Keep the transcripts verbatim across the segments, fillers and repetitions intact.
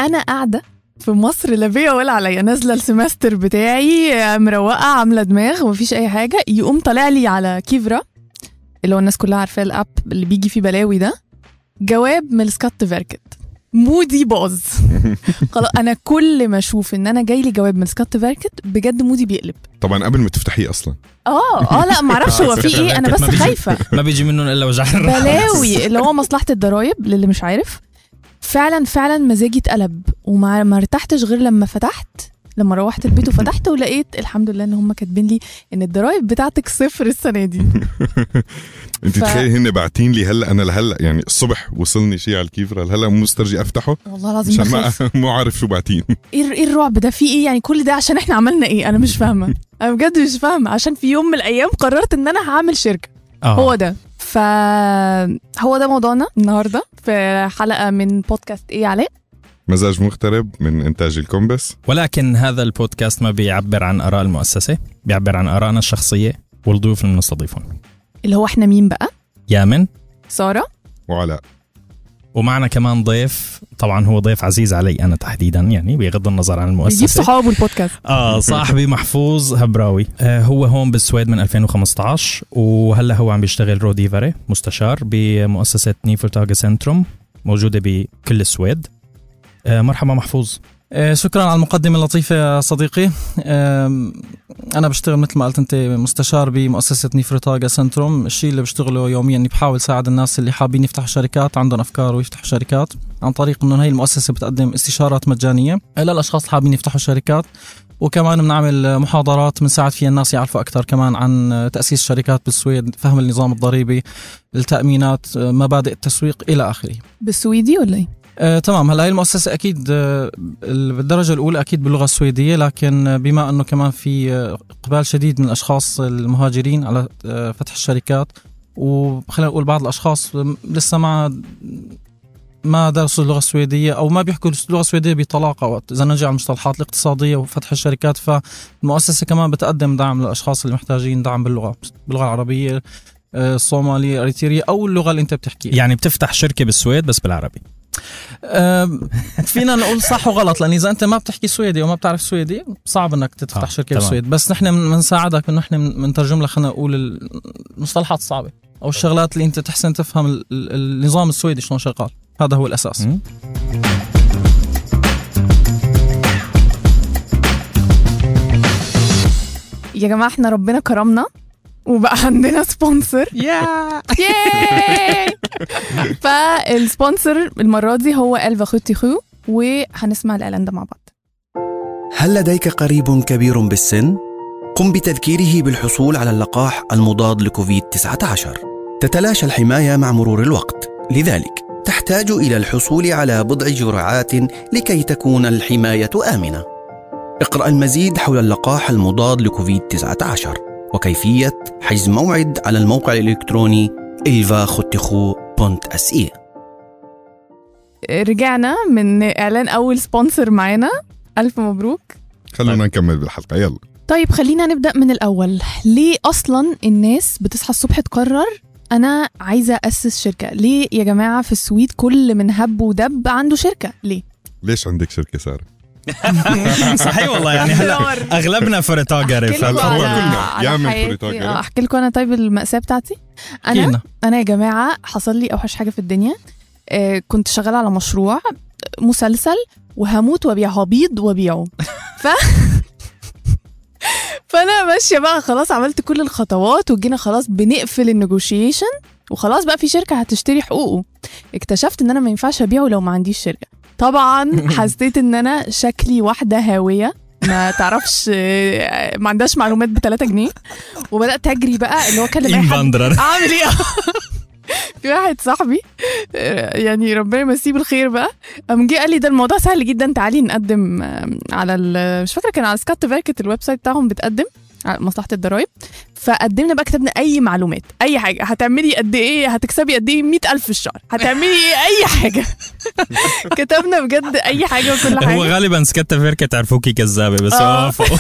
انا قاعده في مصر لا بيا ولا عليا، نازله السمستر بتاعي مروقه عامله دماغ ومفيش اي حاجه، يقوم طالع لي على كيفرا اللي هو الناس كلها عارفاه الاب اللي بيجي فيه بلاوي ده، جواب من سكات فيركت. مودي باظ. خلاص انا كل ما اشوف ان انا جاي لي جواب من سكات فيركت بجد مودي بيقلب. طبعا قبل ما تفتحيه اصلا اه اه لا ما اعرفش هو في ايه، انا بس خايفه ما بيجي منهم الا وجع الراس. بلاوي اللي هو مصلحه الضرايب للي مش عارف. فعلا فعلا مزاجي اتقلب وما ما ارتحتش غير لما فتحت، لما روحت البيت وفتحت ولقيت الحمد لله ان هم كاتبين لي ان الضرايب بتاعتك صفر السنه دي. انت ف... تخيل هن باعتين لي هلا، انا لهلا يعني الصبح وصلني شيء على الكيفرا هلا مسترجي افتحه والله العظيم عشان ما مو عارف شو باعتين. ايه الرعب ده؟ في ايه يعني؟ كل ده عشان احنا عملنا ايه؟ انا مش فاهمه، انا بجد مش فاهمه. عشان في يوم من الايام قررت ان انا هعمل شركه. أوه. هو ده فهو ده موضوعنا النهارده في حلقه من بودكاست ايه علاء، مزاج مغترب من إنتاج الكومبس. ولكن هذا البودكاست ما بيعبر عن آراء المؤسسة، بيعبر عن آرائنا الشخصية والضيوف اللي بنستضيفهم. اللي هو احنا مين بقى؟ يامن، سارة، وعلاء. ومعنا كمان ضيف، طبعا هو ضيف عزيز علي أنا تحديدا، يعني بغض النظر عن المؤسسة. بيجيب صحابه البودكاست. آه صاحبي محفوظ هبراوي. آه هو هون بالسويد من ألفين وخمسة عشر، وهلا هو عم بيشتغل روديفري مستشار بمؤسسة نيفرتاغا سنتروم موجودة بكل السويد. آه مرحبا محفوظ. آه شكرا على المقدمة اللطيفة يا صديقي. آه أنا بشتغل مثل ما قلت أنت مستشار بمؤسسة نيفرتاغا سنتروم. الشيء اللي بشتغله يوميا إني بحاول ساعد الناس اللي حابين يفتحوا شركات، عندهم أفكار ويفتحوا شركات، عن طريق إنه هاي المؤسسة بتقدم استشارات مجانية للأشخاص اللي حابين يفتحوا شركات، وكمان بنعمل محاضرات بنساعد فيها الناس يعرفوا أكثر كمان عن تأسيس شركات بالسويد، فهم النظام الضريبي، التأمينات، مبادئ التسويق إلى آخره. بالسويدي ولا إيه؟ آه، تمام. هلا هي المؤسسة أكيد آه، بالدرجة الأولى أكيد باللغة السويدية، لكن بما أنه كمان في آه، إقبال شديد من الأشخاص المهاجرين على آه، فتح الشركات، وخلينا نقول بعض الأشخاص لسه ما ما درسوا اللغة السويدية أو ما بيحكوا اللغة السويدية بطلاقة، إذا نرجع على المصطلحات الاقتصادية وفتح الشركات، فالمؤسسة كمان بتقدم دعم للأشخاص اللي محتاجين دعم باللغة باللغة العربية، آه، الصومالية، الأريترية أو اللغة اللي أنت بتحكيها. يعني بتفتح شركة بالسويد بس بالعربي. فينا نقول صح وغلط، لأن إذا أنت ما بتحكي سويدي وما بتعرف سويدي صعب أنك تفتح آه، شركة بالسويد، بس نحن بنساعدك إنه نحن بنترجم لك، خلينا نقول المصطلحات الصعبة أو الشغلات اللي أنت تحسن تفهم النظام السويدي شلون شغال. هذا هو الأساس. م- يا جماعة احنا ربنا كرمنا وبقى عندنا سبونسر. يا فالسبونسر المرة دي هو ألفا خوتي خو، وهنسمع الإعلان ده مع بعض. هل لديك قريب كبير بالسن؟ قم بتذكيره بالحصول على اللقاح المضاد لكوفيد تسعة عشر. تتلاشى الحماية مع مرور الوقت، لذلك تحتاج إلى الحصول على بضع جرعات لكي تكون الحماية آمنة. اقرأ المزيد حول اللقاح المضاد لكوفيد تسعة عشر وكيفية حجز موعد على الموقع الإلكتروني إلفا خوتيخو بونت اس اي. رجعنا من إعلان أول سبونسر معانا، ألف مبروك. خلونا طيب. نكمل بالحلقة يلا. طيب خلينا نبدأ من الأول. ليه أصلا الناس بتصحى الصبح تقرر أنا عايزة أسس شركة؟ ليه يا جماعة في السويد كل من هب ودب عنده شركة؟ ليه؟ ليش عندك شركة سارة؟ صحيح والله، يعني هلا أغلبنا فريتاجر. أحكي لكم أنا طيب المأساة بتاعتي. أنا كينا. أنا يا جماعة حصل لي أوحش حاجة في الدنيا. آه كنت شغالة على مشروع مسلسل وهموت وبيعه، بيض وبيعه. ف فأنا ماشية بقى خلاص، عملت كل الخطوات وجينا خلاص بنقفل النيجوشيشن وخلاص بقى في شركة هتشتري حقوقه. اكتشفت ان انا ما ينفعش ابيعه لو ما عنديش شركة. طبعا حسيت ان انا شكلي واحدة هاوية ما تعرفش، ما عندهاش معلومات بثلاثة جنيه، وبدأت اجري بقى اللي هو كلم اي حد اعمل ايه. في واحد صاحبي يعني ربنا يمسيه بالخير بقى، قام جه قال لي ده الموضوع سهل جدا، تعالي نقدم على مش فاكره كان على سكات فيركت الويب سايت بتاعهم بتقدم، مصلحه الضرايب. فقدمنا بقى كتبنا اي معلومات، اي حاجه، هتعملي قد ايه، هتكسبي قد ايه، مئة ألف في الشهر، هتعملي ايه، اي حاجه. كتبنا بجد اي حاجه وكل حاجه. هو غالبا سكتة فيركة تعرفوكي كذابه بس آه. وافقوا.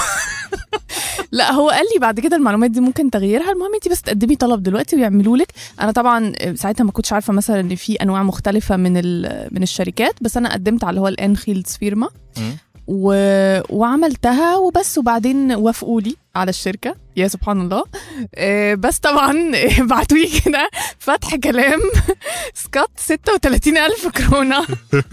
لا هو قال لي بعد كده المعلومات دي ممكن تغييرها، المهم انت بس تقدمي طلب دلوقتي ويعملوا لك. انا طبعا ساعتها ما كنتش عارفه مثلا ان في انواع مختلفه من من الشركات، بس انا قدمت على اللي هو الانخيلدز فيرما و... وعملتها وبس. وبعدين وافقوا لي على الشركه، يا سبحان الله. إيه بس طبعا بعتوا لي كده فتح كلام سكات ستة وثلاثين ألف كرونه.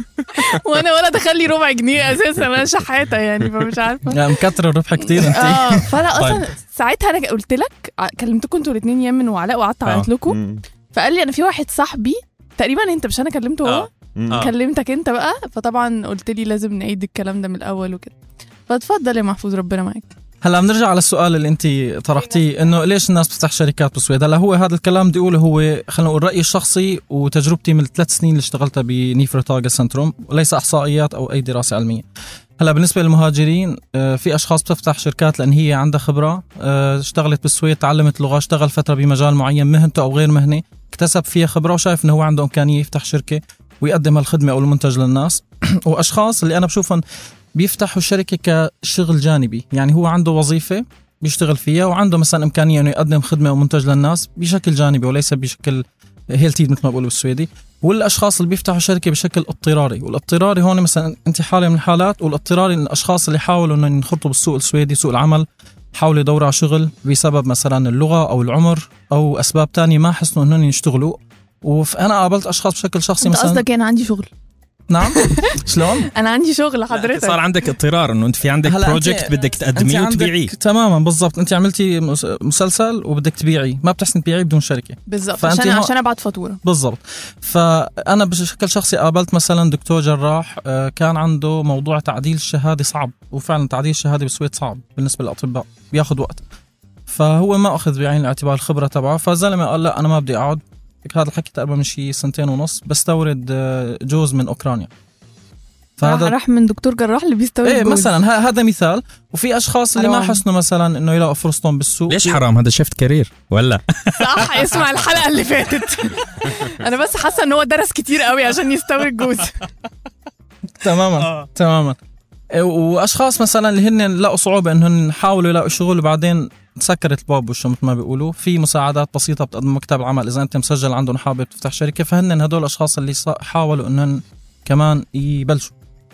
وانا ولا دخل لي ربع جنيه اساسا، انا شحاته يعني، فمش عارفه. لا مكتر الربح كتير انت. اه فانا اصلا طيب. ساعتها انا قلت لك، كلمتكم انتوا الاثنين يمن وعلاء وقعدت اعيط لكم. فقال لي انا في واحد صاحبي تقريبا انت، مش انا كلمته هو آه. آه. كلمتك انت بقى. فطبعا قلت لي لازم نعيد الكلام ده من الاول وكده. فتفضل يا محفوظ، ربنا معاك. هلا بنرجع على السؤال اللي انت طرحتيه، انه ليش الناس بتفتح شركات بالسويد. هلا هو هذا الكلام بدي اقوله هو خلينا نقول رايي الشخصي وتجربتي من الثلاث سنين اللي اشتغلتها بنيفرتاغا سنتروم، وليس احصائيات او اي دراسه علميه. هلا بالنسبه للمهاجرين في اشخاص بتفتح شركات لان هي عندها خبره، اشتغلت بالسويد، تعلمت لغه، اشتغل فتره بمجال معين مهنته او غير مهنه، اكتسب فيها خبره وشايف انه هو عنده امكانيه يفتح شركه ويقدم الخدمه او المنتج للناس. واشخاص اللي انا بشوفهم بيفتحوا شركه كشغل جانبي، يعني هو عنده وظيفه بيشتغل فيها وعنده مثلا امكانيه انه يقدم خدمه او منتج للناس بشكل جانبي وليس بشكل هيلتيد مثل ما بقولوا بالسويدي. والاشخاص اللي بيفتحوا شركه بشكل اضطراري، والاضطراري هون مثلا انت حاله من الحالات، والاضطراري ان الاشخاص اللي حاولوا انه ينخرطوا بالسوق السويدي سوق العمل، حاولوا يدوروا على شغل بسبب مثلا اللغه او العمر او اسباب تانية ما حسنوا انهم يشتغلوا. وانا قابلت اشخاص بشكل شخصي مثلا. قصدك انا عندي شغل؟ نعم. شلون؟ انا عندي شغل حضرتك. صار عندك اضطرار انه انت في عندك بروجكت بدك تقدميه وتبيعيه. تماما بالضبط، انت عملتي مسلسل وبدك تبيعيه، ما بتحسن تبيعيه بدون شركه. بالضبط، عشان هو... عشان ابعت فاتوره. بالضبط. فانا بشكل شخصي قابلت مثلا دكتور جراح كان عنده موضوع تعديل الشهاده صعب، وفعلا تعديل الشهاده بالسويد صعب بالنسبه للاطباء، بياخذ وقت. فهو ما اخذ بعين الاعتبار الخبره تبعه، فالزلمه قال لا انا ما بدي اقعد. هذا الحكي تقريبا من شي سنتين ونص، بستورد جوز من اوكرانيا. فهذا راح من دكتور جراح اللي بيستورد ايه جوز. مثلا هذا مثال. وفي اشخاص اللي حرام. ما حسنوا مثلا انه يلاقوا فرصتهم بالسوق. ليش حرام؟ هذا شيفت كارير ولا؟ صح، اسمع الحلقه اللي فاتت. انا بس حاسه ان هو درس كتير قوي عشان يستورد جوز. تماما تماما. واشخاص مثلا اللي هن لقوا صعوبه انهم يحاولوا يلاقوا شغل وبعدين سكرت الباب وشو مثل ما بيقولوا. في مساعدات بسيطه بتقدم مكتب العمل اذا انت مسجل عندهم حابب تفتح شركه، فهن هدول الاشخاص اللي حاولوا انهم كمان يبلشوا.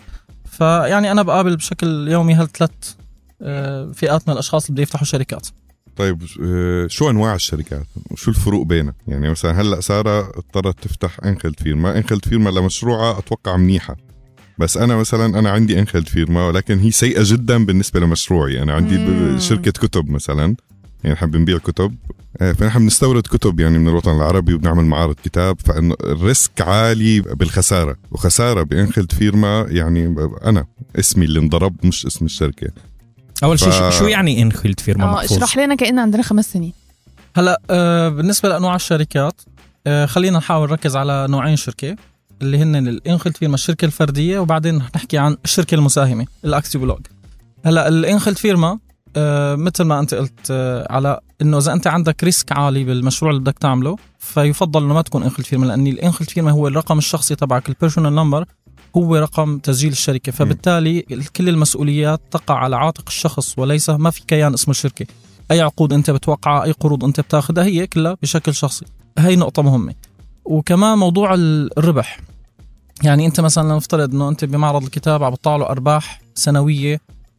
فيعني انا بقابل بشكل يومي هالثلاث فئات من الاشخاص اللي بده يفتحوا شركات. طيب شو انواع الشركات وشو الفروق بينها؟ يعني مثلا هلا ساره اضطرت تفتح انخلد فيرما، انخلد فيرما لمشروعها اتوقع منيحه، بس أنا مثلا أنا عندي انخلد فيرما ولكن هي سيئة جدا بالنسبة لمشروعي. أنا عندي مم. شركة كتب مثلا، يعني نحب نبيع كتب، فنحن بنستورد كتب يعني من الوطن العربي وبنعمل معارض كتاب، فإنه الريسك عالي بالخسارة، وخسارة بانخلد فيرما يعني أنا اسمي اللي انضرب مش اسم الشركة. أول ف... شيء شو يعني انخلد فيرما محفوظ؟ اشرح لنا كأن عندنا خمس سنين. هلأ آه بالنسبة لأنواع الشركات آه خلينا نحاول نركز على نوعين شركة اللي هن الانخلد فيرما الشركة الفردية، وبعدين نحكي عن الشركة المساهمة الاكتيبولوج. هلا الانخلد فيرما آه مثل ما انت قلت آه على انه اذا انت عندك ريسك عالي بالمشروع اللي بدك تعمله فيفضل انه ما تكون انخلد فيرما، لان الانخلد فيرما هو الرقم الشخصي تبعك، البيرسونال نمبر هو رقم تسجيل الشركة، فبالتالي كل المسؤوليات تقع على عاتق الشخص وليس ما في كيان اسمه الشركة. اي عقود انت بتوقعها، اي قروض انت بتاخذها هي كلها بشكل شخصي. هي نقطة مهمة. وكمان موضوع الربح، يعني انت مثلا نفترض انه انت بمعرض الكتاب عم بتطلع له ارباح سنويه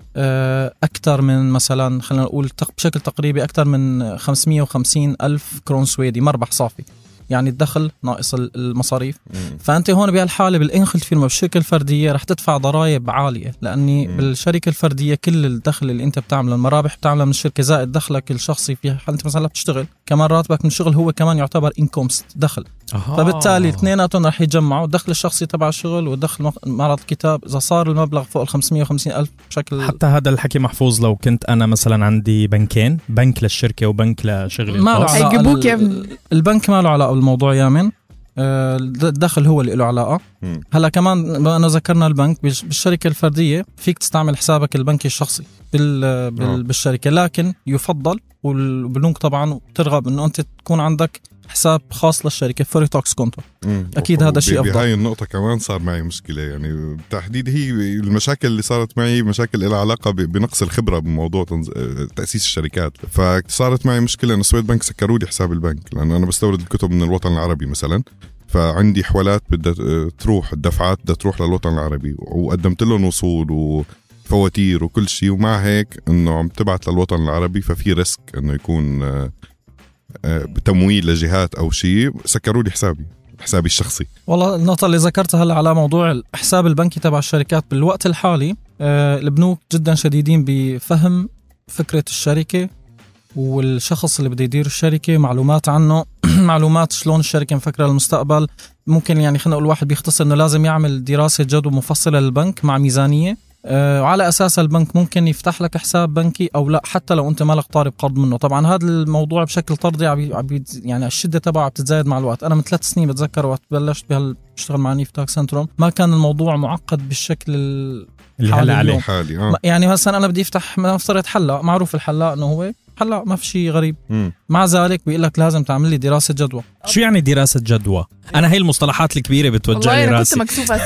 اكثر من مثلا خلينا نقول بشكل تقريبي اكثر من خمسمية وخمسين الف كرون سويدي مربح صافي، يعني الدخل ناقص المصاريف. مم. فانت هون بهالحاله بالانخلد فيرما بالشركه الفرديه رح تدفع ضرائب عاليه، لاني مم. بالشركه الفرديه كل الدخل اللي انت بتعمله المرابح بتعملها من الشركه زائد دخلك الشخصي فيها. انت مثلا بتشتغل كمان راتبك من الشغل هو كمان يعتبر انكم دخل. آه. فبالتالي اثنيناتهم رح يتجمعوا، الدخل الشخصي تبع الشغل ودخل معرض الكتاب اذا صار المبلغ فوق ال خمسمية وخمسين الف بشكل. حتى هذا الحكي محفوظ لو كنت انا مثلا عندي بنكين، بنك للشركه وبنك لشغلي الخاص، هيجيبوك يا ابني. البنك ما له علاقه بالموضوع يا من. الدخل هو اللي له علاقة. مم. هلا كمان بما أنه ذكرنا البنك، بالشركة الفردية فيك تستعمل حسابك البنكي الشخصي بال... بال... بالشركة، لكن يفضل والبنوك طبعا ترغب أنه أنت تكون عندك حساب خاص للشركة فوري توكس كونتو. أكيد هذا شيء أفضل. بهاي النقطة كمان صار معي مشكلة، يعني بالتحديد هي المشاكل اللي صارت معي مشاكل لها علاقة بنقص الخبرة بموضوع تنز... تأسيس الشركات. فصارت معي مشكلة أن سويد بنك سكروا لي حساب البنك، لأن أنا بستورد الكتب من الوطن العربي مثلا، فعندي حوالات بدها تروح، الدفعات بدها تروح للوطن العربي، وقدمت لهم وصول وفواتير وكل شيء، ومع هيك انه عم تبعت للوطن العربي ففي ريسك انه يكون بتمويل لجهات او شيء. سكروا لي حسابي حسابي الشخصي. والله النقطة اللي ذكرتها هلا على موضوع الحساب البنكي تبع الشركات بالوقت الحالي، البنوك جدا شديدين بفهم فكرة الشركة والشخص اللي بده يدير الشركة، معلومات عنه معلومات شلون الشركة مفكرة للمستقبل. ممكن يعني خلينا نقول واحد بيختصر انه لازم يعمل دراسة جدوى مفصلة للبنك مع ميزانية، أه وعلى اساس البنك ممكن يفتح لك حساب بنكي او لا، حتى لو انت مالك طالب قرض منه. طبعا هذا الموضوع بشكل طردي عبي يعني الشدة تبعه بتتزايد مع الوقت. انا من ثلاث سنين بتذكر وقت بلشت بهالشتغل مع نيف تاكس سنتروم ما كان الموضوع معقد بالشكل اللي هلا عليه حالي. آه. يعني مثلا انا بدي افتح نفترض حلاق، معروف الحلاق انه هو حلاق ما في شيء غريب. مم. مع ذلك بيقول لك لازم تعمل لي دراسة جدوى. شو يعني دراسة جدوى؟ أنا هي المصطلحات الكبيرة بتوجع لي راسي. كنت مكسوفة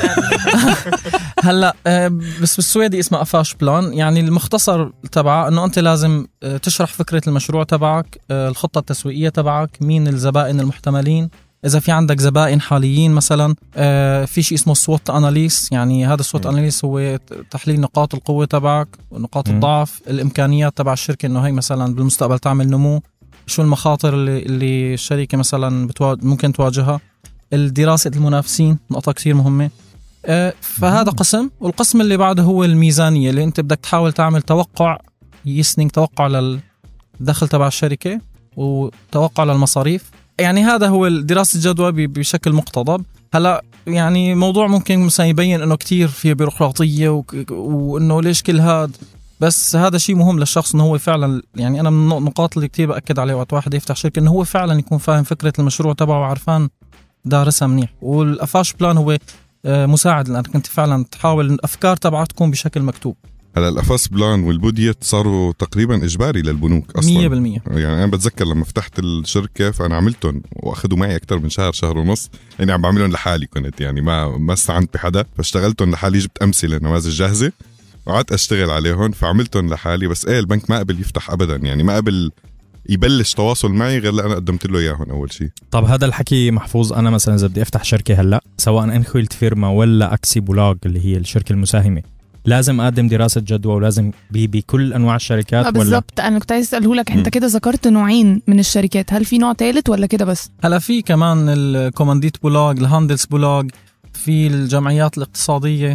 هلا بس بالسويدي اسمها أفاش بلان، يعني المختصر تبعه إنه أنت لازم تشرح فكرة المشروع تبعك، الخطة التسويقية تبعك، مين الزبائن المحتملين، إذا في عندك زبائن حاليين مثلا، في شيء اسمه سوت أناليس. يعني هذا السوت أناليس هو تحليل نقاط القوة تبعك ونقاط م. الضعف، الإمكانيات تبع الشركة إنه هي مثلا بالمستقبل تعمل نمو، شو المخاطر اللي, اللي الشركة مثلا بتواجه ممكن تواجهها، الدراسة المنافسين نقطة كثير مهمة. فهذا قسم، والقسم اللي بعده هو الميزانية، اللي أنت بدك تحاول تعمل توقع يسنينج توقع للدخل تبع الشركة وتوقع للمصاريف. يعني هذا هو دراسة الجدوى بشكل مقتضب. هلا يعني موضوع ممكن مثلا يبين انه كتير فيه بيروقراطية وانه ليش كل هذا، بس هذا شيء مهم للشخص انه هو فعلا، يعني انا من النقاط اللي كتير بأكد عليه وقت واحد يفتح شركة انه هو فعلا يكون فاهم فكرة المشروع تبعه وعرفان دارسها منيح. والأفاش بلان هو مساعد لأنك انت فعلا تحاول الافكار تبعها تكون بشكل مكتوب. هلا الأفاس بلان والبوديت صاروا تقريبا إجباري للبنوك أصلا مية بالمية. يعني أنا بتذكر لما فتحت الشركة فأنا عملتهم وأخذوا معي أكتر من شهر شهر ونص، يعني عم بعملهم لحالي كنت، يعني ما ما استعنت بحدا، فاشتغلتهم لحالي، جبت أمثلة نماذج جاهزة وقعدت أشتغل عليهم فعملتهم لحالي. بس إيه البنك ما قبل يفتح أبدا، يعني ما قبل يبلش تواصل معي غير لأنا قدمت له إياهم أول شيء. طب هذا الحكي محفوظ. أنا مثلا إذا بدي أفتح شركة هلأ، سواء أنخلت فيرما ولا أكسي بولاغ اللي هي الشركة المساهمة، لازم أقدم دراسة جدوى ولازم بي بكل أنواع الشركات ولا؟ بالضبط. أنا كنت عايز أسأله لك، أنت كده ذكرت نوعين من الشركات، هل في نوع ثالث ولا كده بس؟ هلا في كمان الكومانديت بولاغ، الهاندلز بولاغ، في الجمعيات الاقتصادية،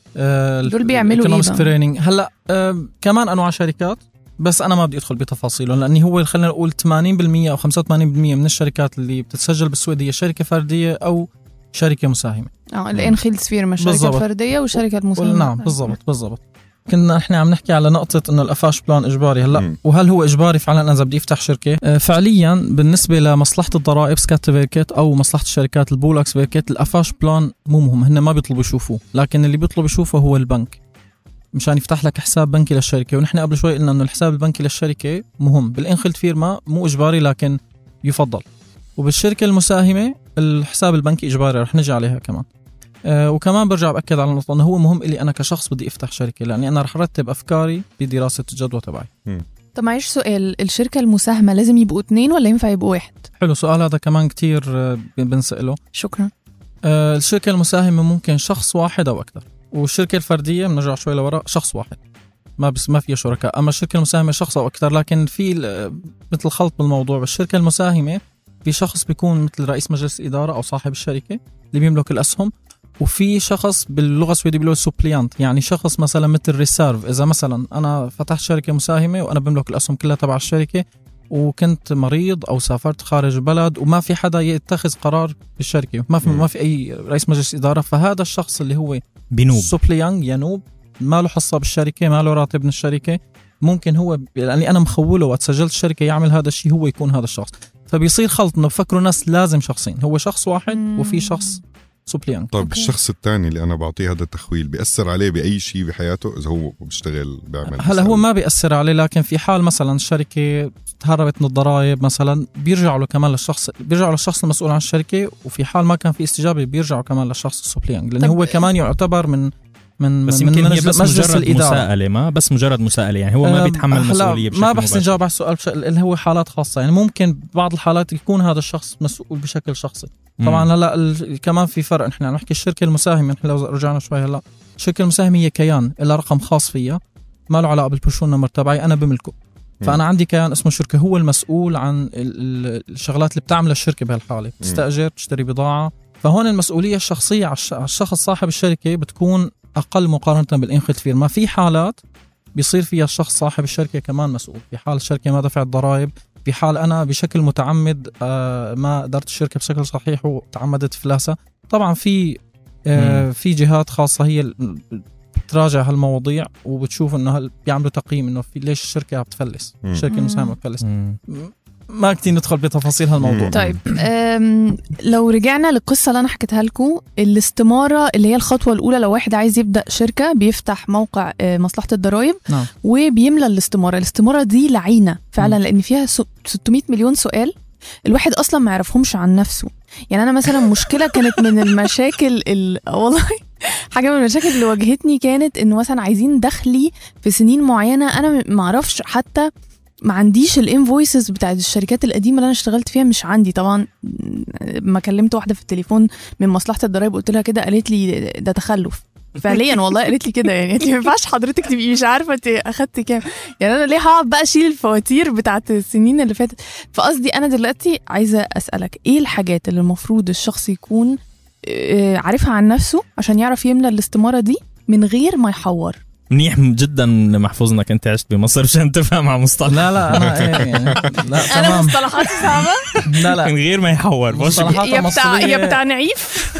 آه دول بيعملوا إيه تريننج. هلا آه كمان أنواع شركات، بس أنا ما بدي أدخل بتفاصيلهم لأني هو خلينا نقول ثمانين بالمية أو خمسة وثمانين بالمية من الشركات اللي بتتسجل بالسويد هي شركة فردية أو شركة مساهمة. اه الانخيلد فيرما شركة فردية وشركة مساهمة. نعم بالضبط بالضبط. كنا احنا عم نحكي على نقطة انه الافاش بلان اجباري هلا م. وهل هو اجباري فعلا انا اذا بدي افتح شركة؟ آه فعليا بالنسبة لمصلحة الضرائب سكاتفيركت او مصلحة الشركات البولاكس فيركت، الافاش بلان مو مهم، هن ما بيطلبوا يشوفوه، لكن اللي بيطلب يشوفه هو البنك مشان يفتح لك حساب بنكي للشركة. ونحن قبل شوي قلنا انه الحساب البنكي للشركة مهم. بالانخيلد فيرما مو اجباري لكن يفضل، وبالشركة المساهمة الحساب البنكي إجباري، رح نجي عليها كمان. أه وكمان برجع بأكد على النقطة أنه هو مهم إلي أنا كشخص بدي أفتح شركة، لأني أنا رح رتب أفكاري بدراسة الجدوى تبعي. طب معيش سؤال، الشركة المساهمة لازم يبقوا اثنين ولا ينفع يبقوا واحد؟ حلو سؤال هذا كمان كتير بنسأله. شكرا. أه الشركة المساهمة ممكن شخص واحد أو أكثر، والشركة الفردية بنرجع شوي لورا شخص واحد ما بس ما فيها شركاء. أما الشركة المساهمة شخص أو أكثر، لكن في مثل خلط بالموضوع. بالشركة المساهمة في شخص بيكون مثل رئيس مجلس إدارة أو صاحب الشركة اللي بيملك الأسهم، وفي شخص باللغة السويدية بيقولوا سوبليانت، يعني شخص مثلا مثل ريسيرف. إذا مثلا أنا فتحت شركة مساهمة وأنا بملك الأسهم كلها تبع الشركة وكنت مريض أو سافرت خارج البلد وما في حدا يتخذ قرار بالشركة، ما في ما في أي رئيس مجلس إدارة، فهذا الشخص اللي هو بنوب سوبليانت ينوب، ما له حصة بالشركة، ما له راتب من الشركة، ممكن هو لأني أنا مخوله وتسجلت الشركة يعمل هذا الشيء، هو يكون هذا الشخص. فبيصير خلط انه بفكروا الناس لازم شخصين، هو شخص واحد مم. وفي شخص سوبليان. طب أوكي. الشخص الثاني اللي انا بعطيه هذا التخويل بيأثر عليه بأي شيء بحياته اذا هو بيشتغل بيعمل؟ هلا هو ما بيأثر عليه، لكن في حال مثلا الشركة تهربت من الضرائب مثلا بيرجعوا له كمان للشخص، بيرجعوا للشخص المسؤول عن الشركة، وفي حال ما كان في استجابة بيرجعوا كمان للشخص السوبليان، لأن هو كمان يعتبر من من بس من يمكن هي بس مجلس مجرد الإدارة. مساءلة، ما بس مجرد مساءلة، يعني هو ما بيتحمل مسؤولية بشكل ما بحسن مباشر. نجاوب على السؤال بشكل اللي هو حالات خاصة، يعني ممكن بعض الحالات يكون هذا الشخص مسؤول بشكل شخصي. طبعا هلا ال... كمان في فرق، نحن عم نحكي الشركة المساهمة، نحن لو رجعنا شوي هلا الشركة المساهمة هي كيان إلها رقم خاص فيها ما له علاقة بالبرسون نمبر تبعي أنا بملكه. فأنا عندي كيان اسمه شركة، هو المسؤول عن الشغلات اللي بتعملها الشركة بهالحالة، تستأجر تشتري بضاعة. فهون المسؤولية الشخصية على الشخص صاحب الشركة بتكون أقل مقارنة بالإنخة فيرما. في حالات بيصير فيها الشخص صاحب الشركة كمان مسؤول، في حال الشركة ما دفعت ضرائب، في حال أنا بشكل متعمد ما أدرت الشركة بشكل صحيح وتعمدت فلاسة. طبعا في في جهات خاصة هي بتراجع هالمواضيع وبتشوف إنه بيعملوا تقييم إنه في ليش الشركة بتفلس، الشركة المساهمة بتفلس. ما كتير ندخل بتفاصيل هالموضوع. طيب لو رجعنا للقصة اللي أنا حكيتها لكم، الاستمارة اللي هي الخطوة الأولى لو واحد عايز يبدأ شركة بيفتح موقع مصلحة الضرائب، نعم. وبيملى الاستمارة. الاستمارة دي لعينة فعلا، لأن فيها ستمائة مليون سؤال الواحد أصلا ما يعرفهمش عن نفسه. يعني أنا مثلا مشكلة كانت من المشاكل ال... والله حاجة من المشاكل اللي واجهتني كانت إنه مثلا عايزين دخلي في سنين معينة أنا ما أعرفش، حتى ما عنديش الانفويسز بتاعت الشركات القديمه اللي انا اشتغلت فيها، مش عندي طبعا. ما كلمت واحده في التليفون من مصلحه الضرايب قلت لها كده، قالت لي ده تخلف فعليا والله. قالت لي كده يعني انت ما ينفعش حضرتك تبقي مش عارفه انت اخدتي كام، يعني انا ليه هقعد بقى اشيل الفواتير بتاعت السنين اللي فاتت. فقصدي انا دلوقتي عايزه اسالك ايه الحاجات اللي المفروض الشخص يكون عارفها عن نفسه عشان يعرف يملى الاستماره دي من غير ما يحور. منيح جدا محفوظ انك انت عشت بمصر عشان تفهم على مصطلح. لا لا انا ايه يعني لا انا تمام. مصطلحاتي صعبه. لا لا من غير ما يحور. يا بتاع يا بتاع نعيف.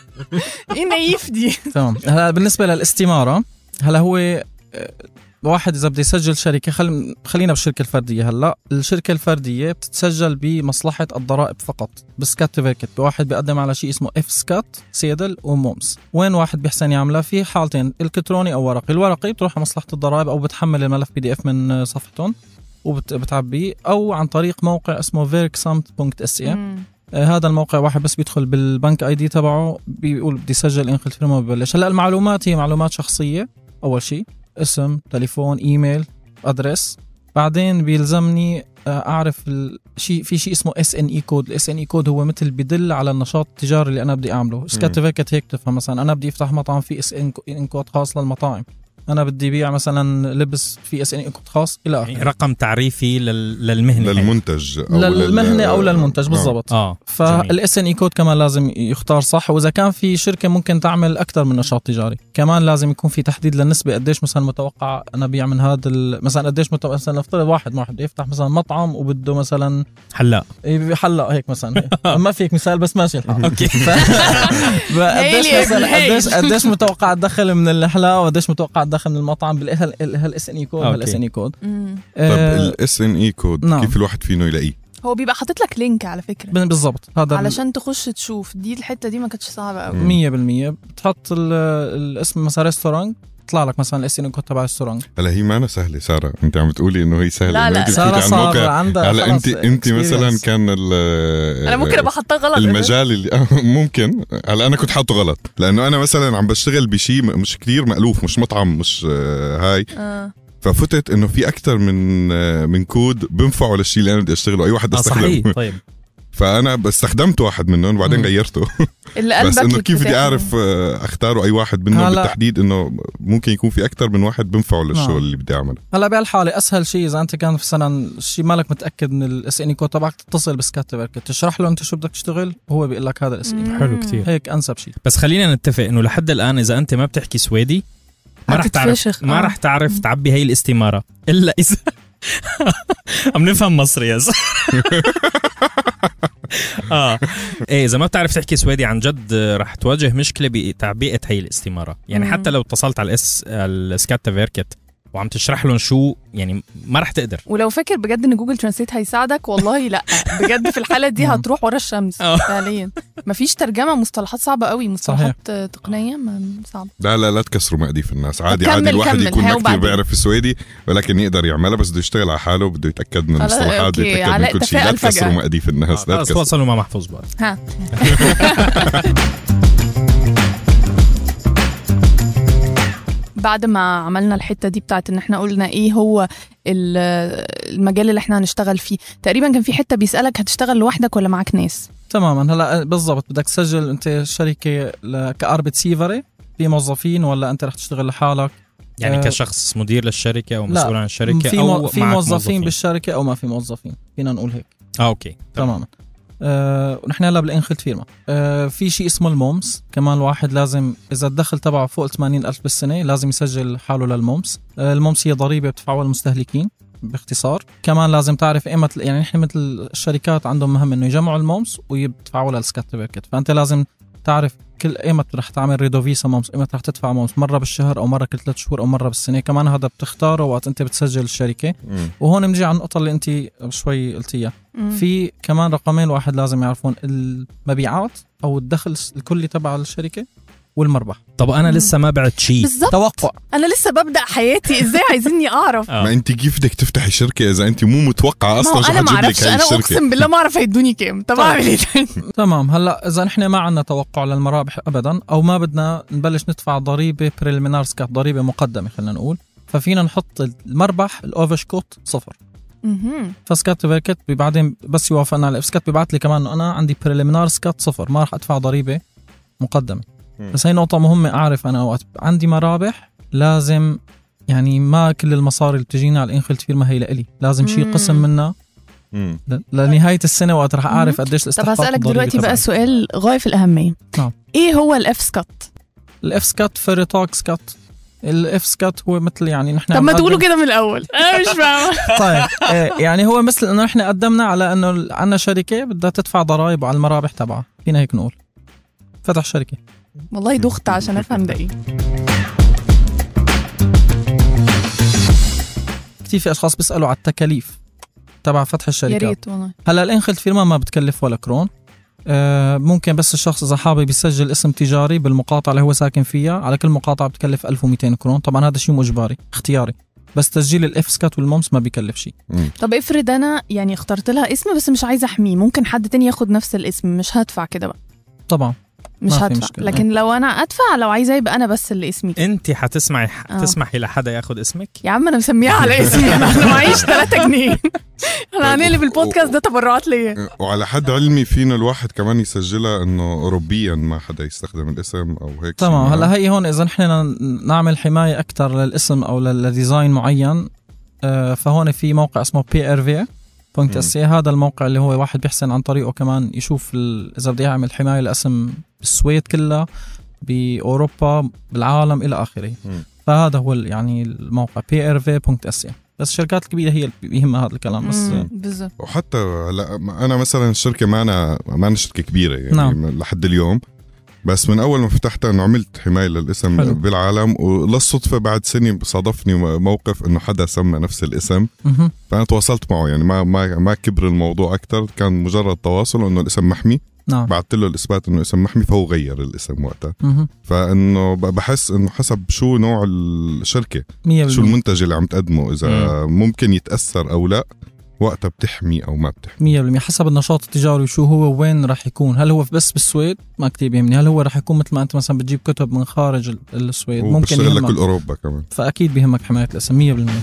ايه نعيف دي؟ تمام. هلا بالنسبه للاستماره، هلا هو واحد اذا بده يسجل شركه، خل... خلينا بالشركه الفرديه. هلا الشركه الفرديه بتتسجل بمصلحه الضرائب فقط، بسكاتيفيكت. بواحد بيقدم على شيء اسمه اف سكات سيدل ومومس. وين واحد بيحسن يعملها؟ في حالتين، الكتروني او ورقي. الورقي بتروح على مصلحه الضرائب او بتحمل الملف بي دي اف من صفحتهم وبتعبيه، او عن طريق موقع اسمه فيركسامت دوت اس اي. آه هذا الموقع واحد بس بيدخل بالبنك اي دي تبعه بيقول بدي يسجل انخل فيرما وببلش. هلا المعلومات هي معلومات شخصيه، اول شيء اسم، تليفون، ايميل، ادرس. بعدين بيلزمني اعرف شيء، في شيء اسمه اس ان اي كود. الاس ان اي كود هو مثل بدل على النشاط التجاري اللي انا بدي اعمله. سكاتيفيكت هيك تفهم، مثلا انا بدي افتح مطعم في اس ان كود خاص للمطاعم، انا بدي بيع مثلا لبس في اس ان اي كود خاص الى اخره. رقم تعريفي لل... للمهنه للمنتج يعني. او للمهنه او للمنتج بالضبط. اه فالاس ان اي كود كمان لازم يختار صح. واذا كان في شركه ممكن تعمل اكثر من نشاط تجاري كمان لازم يكون في تحديد للنسبه، قديش مثلا متوقع انا بيع من هذا مثلا، قديش متوقع. مثلا نفترض واحد واحد بده يفتح مثلا مطعم وبده مثلا حلاق حلاق هيك مثلا ما فيك مثال بس ماشي الحال. اوكي. قديش مثلا قديش قديش متوقع تدخل من الحلاق وقديش متوقع تدخل من المطعم بالاس ان اي كود. هالاس ان اي كود طب الاس ان اي كود نعم. كيف الواحد فينه يلاقيه؟ هو بيبقى حاطط لك لينك على فكره بالضبط، هذا علشان تخش تشوف. دي الحته دي ما كانتش صعبه قوي. مية بالمية بتحط الاسم مثلا ريستوران، يطلع لك مثلا الاس ان كود تبع الريستوران. هلا هي ما أنا سهله ساره، انت عم بتقولي انه هي سهله. لا لا ساره صار عندها. هلا انت انت مثلا كان انا ممكن ابقى حاطاه غلط المجال اللي ممكن. هلا انا كنت حاطه غلط لانه انا مثلا عم بشتغل بشيء مش كتير مألوف، مش مطعم، مش هاي آه. ففتت انه في اكتر من من كود بنفعه للشيء اللي انا بدي اشتغله، اي واحد استخدمه. طيب فانا استخدمت واحد منهم وبعدين مم. غيرته. اللي بس انه كيف بدي يتفتح اعرف اختاره اي واحد منهم بالتحديد، انه ممكن يكون في اكتر من واحد بنفعه للشغل نعم. اللي بدي اعمله. هلا بهالحاله اسهل شيء اذا انت كان في سنه شيء مالك متاكد من الاس ان كود تبعك، تتصل بسكاتيفيكت تشرح له انت شو بدك تشتغل وهو بيقول لك هذا الاس ان. حلو كتير. هيك انسب شيء. بس خلينا نتفق انه لحد الان اذا انت ما بتحكي سويدي ما رح تعرف ما رح تعرف تعبي هاي الاستماره الا اذا عم نفهم مصري يا اه ايه اذا ما بتعرف تحكي سويدي عن جد رح تواجه مشكله بتعبئه هاي الاستماره. يعني حتى لو اتصلت على الاس السكاتيفيكت وعم تشرح لهم شو يعني ما رح تقدر. ولو فاكر بجد ان جوجل ترانسليت هيساعدك، والله لا بجد في الحالة دي هتروح ورا الشمس فعليا. مفيش ترجمة، مصطلحات صعبة قوي، مصطلحات صحيح. تقنية صعبة. لا لا لا تكسروا مقاديف الناس، عادي عادي الواحد يكون ما كتير بيعرف السويدي ولكن يقدر يعملها، بس بده يشتغل على حاله، بده يتأكد من المصطلحات، بده يتأكد من كل شيء. لا تكسروا مقاديف الناس. لا تواصلوا مع محفوظ بقى. ها بعد ما عملنا الحتة دي بتاعت ان احنا قلنا ايه هو المجال اللي احنا هنشتغل فيه، تقريبا كان في حتة بيسألك هتشتغل لوحدك ولا معك ناس؟ تماما. هلا بالضبط بدك تسجل انت شركة كأربت سيفري في موظفين ولا انت رح تشتغل لحالك؟ يعني آه كشخص مدير للشركة او مسؤول عن الشركة في او في موظفين, موظفين بالشركة او ما في موظفين، فينا نقول هيك. اه اوكي تماما. آه ونحن هلا بالانخلت فيرما آه في شيء اسمه المومس كمان. الواحد لازم اذا الدخل تبعه فوق ثمانين ألف بالسنه لازم يسجل حاله للمومس. آه المومس هي ضريبه بتدفعوها المستهلكين باختصار. كمان لازم تعرف ايمت، يعني نحن مثل الشركات عندهم مهم انه يجمعوا المومس ويدفعوا للسكاتبركت، فانت لازم تعرف كل ايمت رح تعمل ريدوفيسا مومس، ايمت رح تدفع مومس، مره بالشهر او مره كل ثلاث شهور او مره بالسنه. كمان هذا بتختاره وقت انت بتسجل الشركه. م. وهون بنجي على النقطه اللي انت شوي قلتيها، في كمان رقمين الواحد لازم يعرفون: المبيعات او الدخل الكلي تبع الشركه والمربح. طب انا مم. لسه ما بعت شيء، توقع انا لسه ببدا حياتي، ازاي عايزيني اعرف؟ ما انت كيف بدك تفتحي شركه اذا انت مو متوقعه اصلا شو حتجيب لك هاي الشركه؟ انا اقسم بالله ما اعرف هيدوني كام. طب اعمل ايه؟ تمام. هلا اذا نحن ما عندنا توقع للمرابح ابدا او ما بدنا نبلش ندفع ضريبه بريليمينار سكات، ضريبه مقدمه خلينا نقول، ففينا نحط المربح الاوفرشكوت صفر. فسكات بيركت بعدين بس يوافقنا على سكات بيبعت لي كمان انه انا عندي بريليمينار سكات صفر، ما راح ادفع ضريبه مقدمه. بس هي نقطة مهمة أعرف أنا وقت عندي مرابح لازم يعني ما كل المصاري اللي بتجينا على الانخلت فيرما هي لإلي، لازم شيء قسم منها لنهاية السنة وقت رح أعرف قديش الاستحقاق. طب أسألك دلوقتي بقى سؤال غاية في الأهمية. نعم. إيه هو الإف سكات؟ الإف سكات فريتاك سكات. الإف سكات هو مثل يعني نحن طب ما تقولوا كده من الأول أنا مش فاهمة. طيب يعني هو مثل إنه نحن قدمنا على إنه عنا شركة بدها تدفع ضرائب على المرابح تبعها، فينا هيك نقول فتح شركة. والله دخت عشان افهم ده ايه. كتير في اشخاص بيسالوا على التكاليف تبع فتح الشركات. يا ريت والله. هلا الانخلت فيرما ما بتكلف ولا كرون. آه ممكن بس الشخص اذا حابب يسجل اسم تجاري بالمقاطعه اللي هو ساكن فيها، على كل مقاطعه بتكلف ألف ومئتين كرون. طبعا هذا شيء مجبري اختياري، بس تسجيل الاف سكات والمومس ما بيكلف شيء. طب افرض انا يعني اخترت لها اسم بس مش عايزه احميه، ممكن حد تاني ياخد نفس الاسم، مش هدفع كده بقى؟ طبعا مش هدفع، لكن لو انا ادفع لو عايزه يبقى انا بس اللي اسمي. انت هتسمعي تسمحي لحدا ياخد اسمك؟ يا عم انا مسميها على اسمي، انا معيش ثلاثة جنيه. انا هنقلب البودكاست ده تبرعات ليا. وعلى حد علمي فينا الواحد كمان يسجلها انه اوروبيا ما حدا يستخدم الاسم او هيك. تمام. هلا هي هون اذا نحن نعمل حمايه اكثر للاسم او للديزاين معين، فهون في موقع اسمه بي ار في بوينت اس اي. هذا الموقع اللي هو واحد بيحسن عن طريقه كمان يشوف اذا بده يعمل حمايه لاسم بالسويد كلها، باوروبا، بالعالم الى اخره. فهذا هو يعني الموقع بي ار في بوينت اس اي. بس الشركات الكبيره هي اللي بيهمها هذا الكلام بس. بالضبط. وحتى لا انا مثلا الشركه معنا معنا شركه كبيره يعني نعم. لحد اليوم، بس من أول ما فتحتها إنه عملت حماية للاسم حلو. بالعالم، وللصدفة بعد سنة صادفني موقف إنه حدا سمى نفس الاسم، فأنا تواصلت معه يعني ما ما ما كبر الموضوع أكتر، كان مجرد تواصل إنه الاسم محمي. نعم. بعت له الإثبات إنه اسم محمي، فهو غير الاسم وقتها. فإنه بحس إنه حسب شو نوع الشركة، شو المنتج اللي عم تقدمه، إذا مم. ممكن يتأثر أو لا وقتها بتحمي أو ما بتحمي. مية بالمية حسب النشاط التجاري وشو هو، وين راح يكون، هل هو بس بالسويد ما كتير يهمني، هل هو راح يكون مثل ما أنت مثلا بتجيب كتب من خارج السويد ممكن يهمك لك الأوروبا كمان، فأكيد بيهمك حماية الاسم مية بالمية.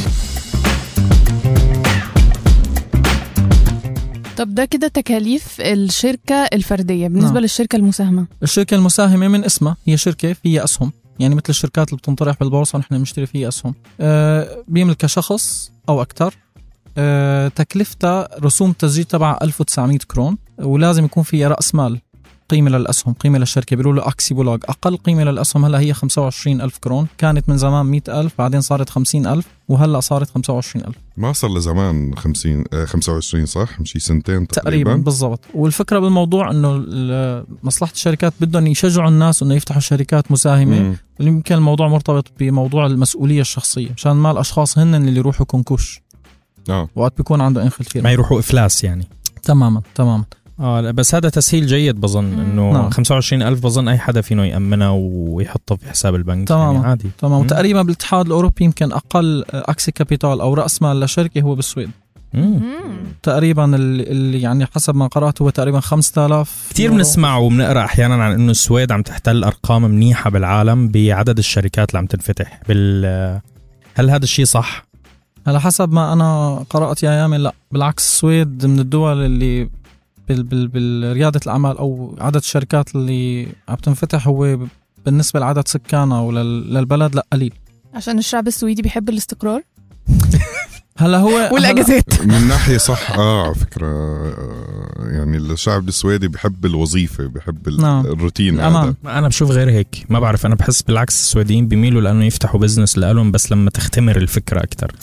طب ده كده تكاليف الشركة الفردية. بالنسبة نعم. للشركة المساهمة، الشركة المساهمة من اسمها هي شركة فيها أسهم، يعني مثل الشركات اللي بتنطرح بالبورصة ونحن بنشتري فيها أسهم. أه بيملك شخص أو أكتر. أه تكلفتها رسوم تسجيل تبع ألف وتسعمية كرون، ولازم يكون فيها رأس مال، قيمة للأسهم، قيمة للشركة، بيقولوا له أكسي بولاغ. أقل قيمة للأسهم هلا هي خمسة وعشرين ألف كرون، كانت من زمان مئة ألف، بعدين صارت خمسين ألف، وهلا صارت خمسة وعشرين ألف. ما صار لزمان خمسين خمسة وعشرين صح؟ مشي سنتين تقريبا, تقريبا بالضبط. والفكرة بالموضوع إنه مصلحة الشركات بدهم يشجعوا الناس إنه يفتحوا شركات مساهمة. يمكن الموضوع مرتبط بموضوع المسؤولية الشخصية، مشان ما الأشخاص هن اللي يروحوا كونكوش اه وقت بيكون عنده انخل فيرما ما يروحوا إفلاس يعني. تماما تماما. اه بس هذا تسهيل جيد بظن انه نعم. خمسة وعشرين ألف بظن اي حدا فينه يأمنه ويحطه في حساب البنك. تماما يعني عادي. تمام. تقريبا بالاتحاد الأوروبي يمكن أقل أكسي كابيتال أو رأس مال لشركة هو بالسويد. مم. تقريبا اللي يعني حسب ما قرأت هو تقريبا خمسة آلاف. كتير بنسمع وبنقرأ أحيانا عن إنه السويد عم تحتل أرقام منيحة بالعالم بعدد الشركات اللي عم تنفتح بال. هل هذا الشيء صح؟ على حسب ما أنا قرأت يا يامن لا، بالعكس السويد من الدول اللي بال بال بالريادة الأعمال أو عدد الشركات اللي عم تنفتح هو بالنسبة لعدد سكانها وللبلد لا قليل. عشان الشعب السويدي بيحب الاستقرار هلا هو والاجازات. من ناحيه صح اه على فكره يعني الشعب السويدي بحب الوظيفه، بحب نعم. الروتين الأمان. هذا. أنا بشوف غير هيك، ما بعرف، أنا بحس بالعكس السويديين بيميلوا لأنه يفتحوا بزنس لهم بس لما تختمر الفكرة أكتر.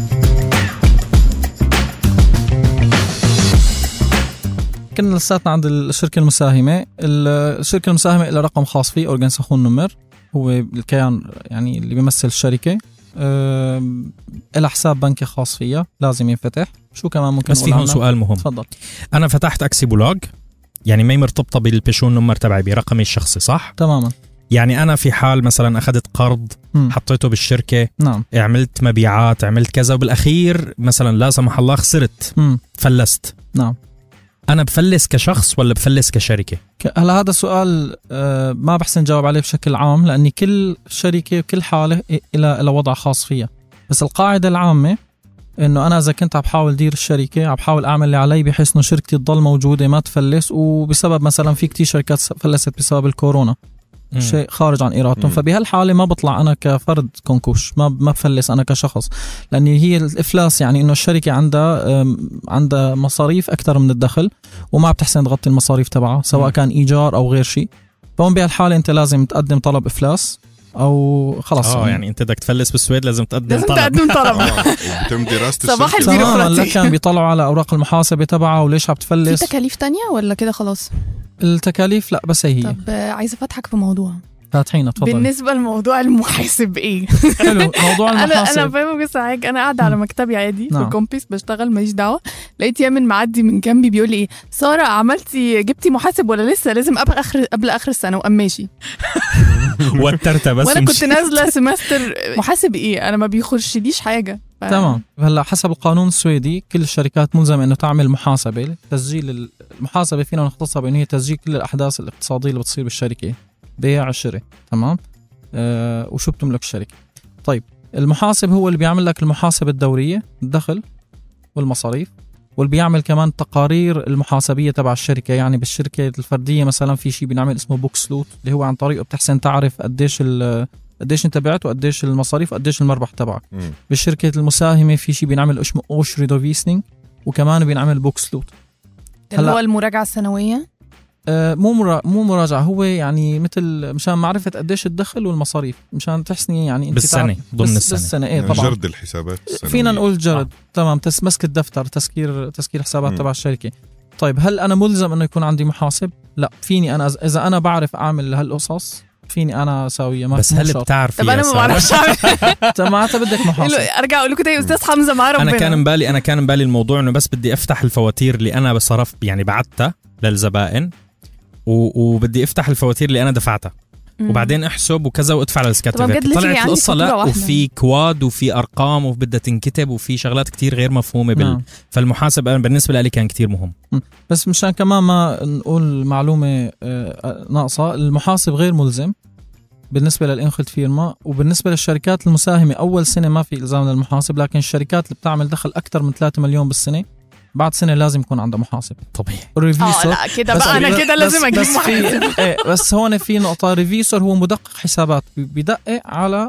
كنا لساتنا عند الشركة المساهمة. الشركة المساهمة إلى رقم خاص فيه أورجانساخون نمر، هو الكيان يعني اللي بيمثل الشركة. أه... إلى حساب بنكي خاص فيها لازم ينفتح. شو كمان ممكن بس في هون سؤال مهم. تفضل. أنا فتحت أكسي بولاج، يعني ما هي مرتبطة بالبيشون نمر تبعي برقمي الشخصي صح؟ تماما. يعني أنا في حال مثلا أخذت قرض م. حطيته بالشركة، نعم. عملت مبيعات عملت كذا وبالأخير مثلا لا سمح الله خسرت م. فلست، نعم. أنا بفلس كشخص ولا بفلس كشركة؟ هلا هذا سؤال آه ما بحسن جاوب عليه بشكل عام، لأن كل شركة وكل حالة إلى إلى وضع خاص فيها. بس القاعدة العامة إنه أنا إذا كنت عم بحاول دير الشركة عم بحاول أعمل اللي علي بحيث إنه شركتي تضل موجودة ما تفلس، وبسبب مثلا في كتير شركات فلست بسبب الكورونا، مم. شيء خارج عن إرادتهم. فبهالحالة ما بطلع أنا كفرد كونكوش، ما ما بفلس أنا كشخص، لأن هي الإفلاس يعني إنه الشركة عندها عندها مصاريف أكثر من الدخل وما بتحسن تغطي المصاريف تبعها سواء كان إيجار أو غير شيء. فهم بهالحالة أنت لازم تقدم طلب إفلاس أو خلاص. اه يعني انت بدك تفلس بالسويد لازم تقدم لازم طلب. تقدم طلب. وبتم دراسه صباح الشركة. البيروقراطية. لا كان بيطلعوا على أوراق المحاسبة تبعها وليش عم في تفلس. تكاليف تانية ولا كده خلاص؟ التكاليف لا بس هي طب آه، عايزة أفتحك في موضوع. فاتحين اتفضل. بالنسبة لموضوع المحاسب إيه؟ حلو موضوع انا المحاسب. انا فاهمه بس حاجه، انا قاعده على مكتبي عادي في نعم. الكومبيس بشتغل ماليش دعوه، لقيت يامن معدي من جنبي بيقول لي ايه ساره عملتي جبتي محاسب ولا لسه؟ لازم قبل اخر قبل اخر السنه وقام ماشي. وترتها بس وانا مش- كنت نازله سمستر محاسب ايه، انا ما بيخشليش حاجه ف... تمام. هلا حسب القانون السويدي كل الشركات ملزمه انه تعمل محاسبه. تسجيل المحاسبه فينا نختصها بانه هي تسجيل كل الاحداث الاقتصاديه اللي بتصير بالشركه، بيع الشراء. تمام. أه وشو بتملك الشركه. طيب المحاسب هو اللي بيعمل لك المحاسبه الدوريه، الدخل والمصاريف، واللي بيعمل كمان تقارير المحاسبيه تبع الشركه. يعني بالشركه الفرديه مثلا في شيء بنعمل اسمه بوك سلوت اللي هو عن طريقه بتحسن تعرف قديش ال قديش انت بعت وقديش المصاريف وقديش المربح تبعك. مم. بالشركه المساهمه في شيء بنعمل اسمه اوش ريدوفيسنينج وكمان بنعمل بوك سلوت. اللي هلا- هو المراجعه السنويه. آه مو مرا... مو مراجعه، هو يعني مثل مشان معرفه قديش الدخل والمصاريف مشان تحسني يعني انت بالسنة، تعرف- ضمن بس- السنة. بالسنه ايه يعني طبعا. جرد الحسابات السنوية. فينا نقول جرد. تمام. تسمسك الدفتر، تسكير تسكير حسابات مم. تبع الشركه. طيب هل انا ملزم انه يكون عندي محاسب؟ لا، فيني انا اذا انا بعرف اعمل هالقصص فيني انا اسويها. ما بس مو هل شرط. بتعرفي طب يا انا ما سارة؟ بعرفش اعمل. انت معناتها بدك محاسب. ارجع اقول لكم ده يا استاذ حمزه مع ربنا. انا كان مبالي انا كان مبالي الموضوع انه بس بدي افتح الفواتير اللي انا بصرف يعني بعتها للزبائن و... وبدي افتح الفواتير اللي انا دفعتها مم. وبعدين احسب وكذا وادفع طبعاً للسكاتفيت. بجد ليش طلعت عندي القصه فاتورة لا، واحدة. وفي كواد وفي ارقام وبدها تنكتب وفي شغلات كتير غير مفهومه بال... نعم. فالمحاسب أنا بالنسبه لي كان كتير مهم. بس مشان كمان ما نقول معلومة آه، ناقصة، المحاسب غير ملزم بالنسبة للإنخلت فيرما. وبالنسبة للشركات المساهمة أول سنة ما في إلزام للمحاسب، لكن الشركات اللي بتعمل دخل أكثر من ثلاثة مليون بالسنة بعد سنة لازم يكون عندها محاسب. طبيعي. اه الريفيسور لا كده بس- بقى انا بس- كده لازم بس- اجيب بس في محاسب. ايه بس هون في نقطة. ريفيسور هو مدقق حسابات، بيدقق على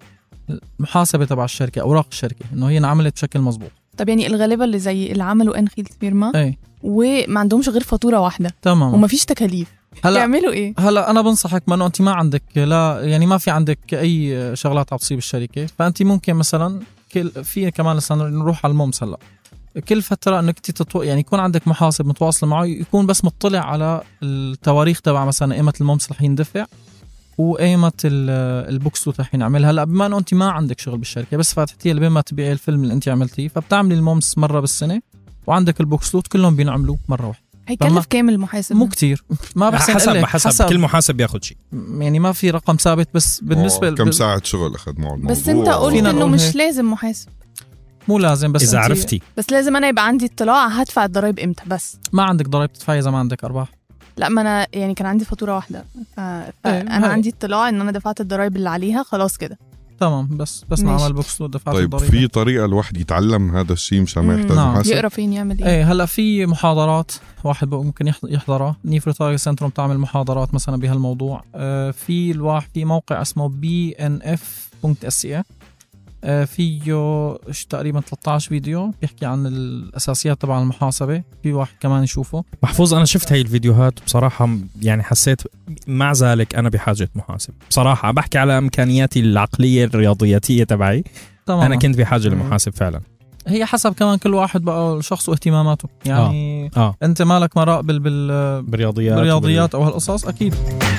المحاسبة تبع الشركة، أوراق الشركة إنه هي انعملت بشكل مزبوط. طب يعني الغالبة اللي زي اللي عملوا انخيل فيرما ايه وما عندهمش غير فاتورة واحدة تمام. ومفيش تكاليف، هلا يعملوا ايه؟ هلا انا بنصحك ما انه انت ما عندك لا يعني ما في عندك اي شغلات عم تصيب الشركه، فانت ممكن مثلا كل في كمان لسه نروح على المومس. هلا كل فتره انك تتو يعني يكون عندك محاسب متواصل معه، يكون بس مطلع على التواريخ تبع مثلا قيمه المومس رح يندفع وقيمة البوكسلوت رح ينعمل. هلا بما انه انت ما عندك شغل بالشركة بس فاتحتيها لبين ما تبيعي الفيلم اللي انت عملتيه، فبتعملي المومس مرة بالسنة وعندك البوكسلوت كلهم بينعملوا مرة واحدة. هيكلف كام المحاسب؟ مو كتير، ما بس حسب حسب, حسب كل محاسب بياخد شيء، يعني ما في رقم ثابت. بس بالنسبة كم بال... ساعة شغل أخذ معه الموضوع. بس انت قلت انه مش لازم محاسب. مو لازم، بس إذا عرفتي بس لازم أنا يبقى عندي اطلاع هدفع الضرايب إمتى. بس ما عندك ضرايب تدفعي إذا ما عندك أرباح. لا، ما أنا يعني كان عندي فاتورة واحدة، فأنا عندي اطلاع إن أنا دفعت الضرايب اللي عليها خلاص كده تمام. بس بس نعمل بوكس دفعت طيب الضريبة. في طريقة الواحد يتعلم هذا الشيء مشان ما يحتاج نعم. محاسب؟ يقرأ فين يعمل إيه؟ ايه هلا في محاضرات واحد ممكن يحضرها. نيفروتاج سنتروم تعمل محاضرات مثلا بهالموضوع. آه في الواحد في موقع اسمه بي ان اف دوت اس اي، فيه تقريبا ثلاثة عشر فيديو بيحكي عن الأساسيات تبع المحاسبة. في واحد كمان يشوفه. محفوظ أنا شفت هاي الفيديوهات بصراحة، يعني حسيت مع ذلك أنا بحاجة محاسب بصراحة. بحكي على إمكانياتي العقلية الرياضياتية تبعي، تماما. أنا كنت بحاجة لمحاسب فعلا. هي حسب كمان كل واحد بقى شخص واهتماماته، يعني آه. آه. أنت مالك مراء بال بال بالرياضيات بالرياضيات أو هالقصص أكيد.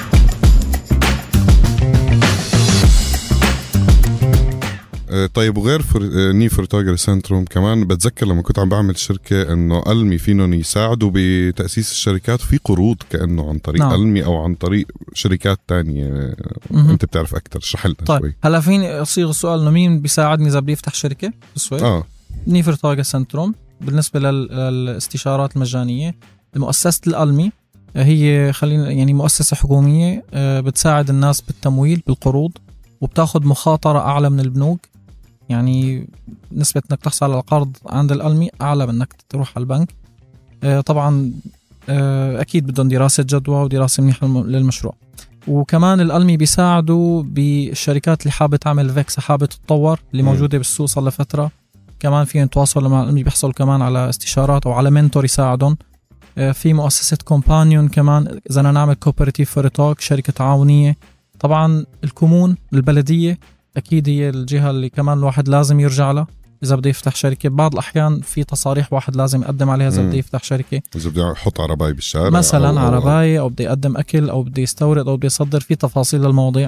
طيب وغير نيفروتاج سنتروم كمان بتذكر لما كنت عم بعمل شركة انه ألمي فينهم يساعدوا بتأسيس الشركات، في قروض كأنه عن طريق نعم. ألمي او عن طريق شركات تانية. م-م. انت بتعرف اكتر، اشرح لنا طيب. شوي. هلا فيني اصيغ السؤال انه مين بيساعدني اذا بدي افتح شركة بالسويد؟ اه نيفروتاج سنتروم بالنسبة للاستشارات المجانية. مؤسسة الألمي هي خلينا يعني مؤسسة حكومية بتساعد الناس بالتمويل بالقروض، وبتاخد مخاطرة اعلى من البنوك. يعني نسبة انك تحصل على القرض عند الألمي اعلى من انك تروح على البنك. آه طبعا آه اكيد بدهم دراسة جدوى ودراسة منيحة للمشروع. وكمان الألمي بيساعدوا بالشركات اللي حابة تعمل فيكس، حابة تتطور، اللي موجودة بالسوق صار لفترة. كمان فيهم يتواصلوا مع الألمي، بيحصلوا كمان على استشارات او على منتور يساعدهم. آه في مؤسسة كومبانيون كمان، اذا انا نعمل كوبراتيف فريتوك، شركة تعاونية. طبعا الكومون البلدية أكيد هي الجهة اللي كمان الواحد لازم يرجع لها إذا بده يفتح شركة. بعض الأحيان في تصاريح واحد لازم يقدم عليها إذا بده يفتح شركة، إذا بده يحط عرباية بالشارع مثلا عرباية، أو بده يقدم أكل، أو بده يستورد، أو بده يصدر، في تفاصيل للمواضيع.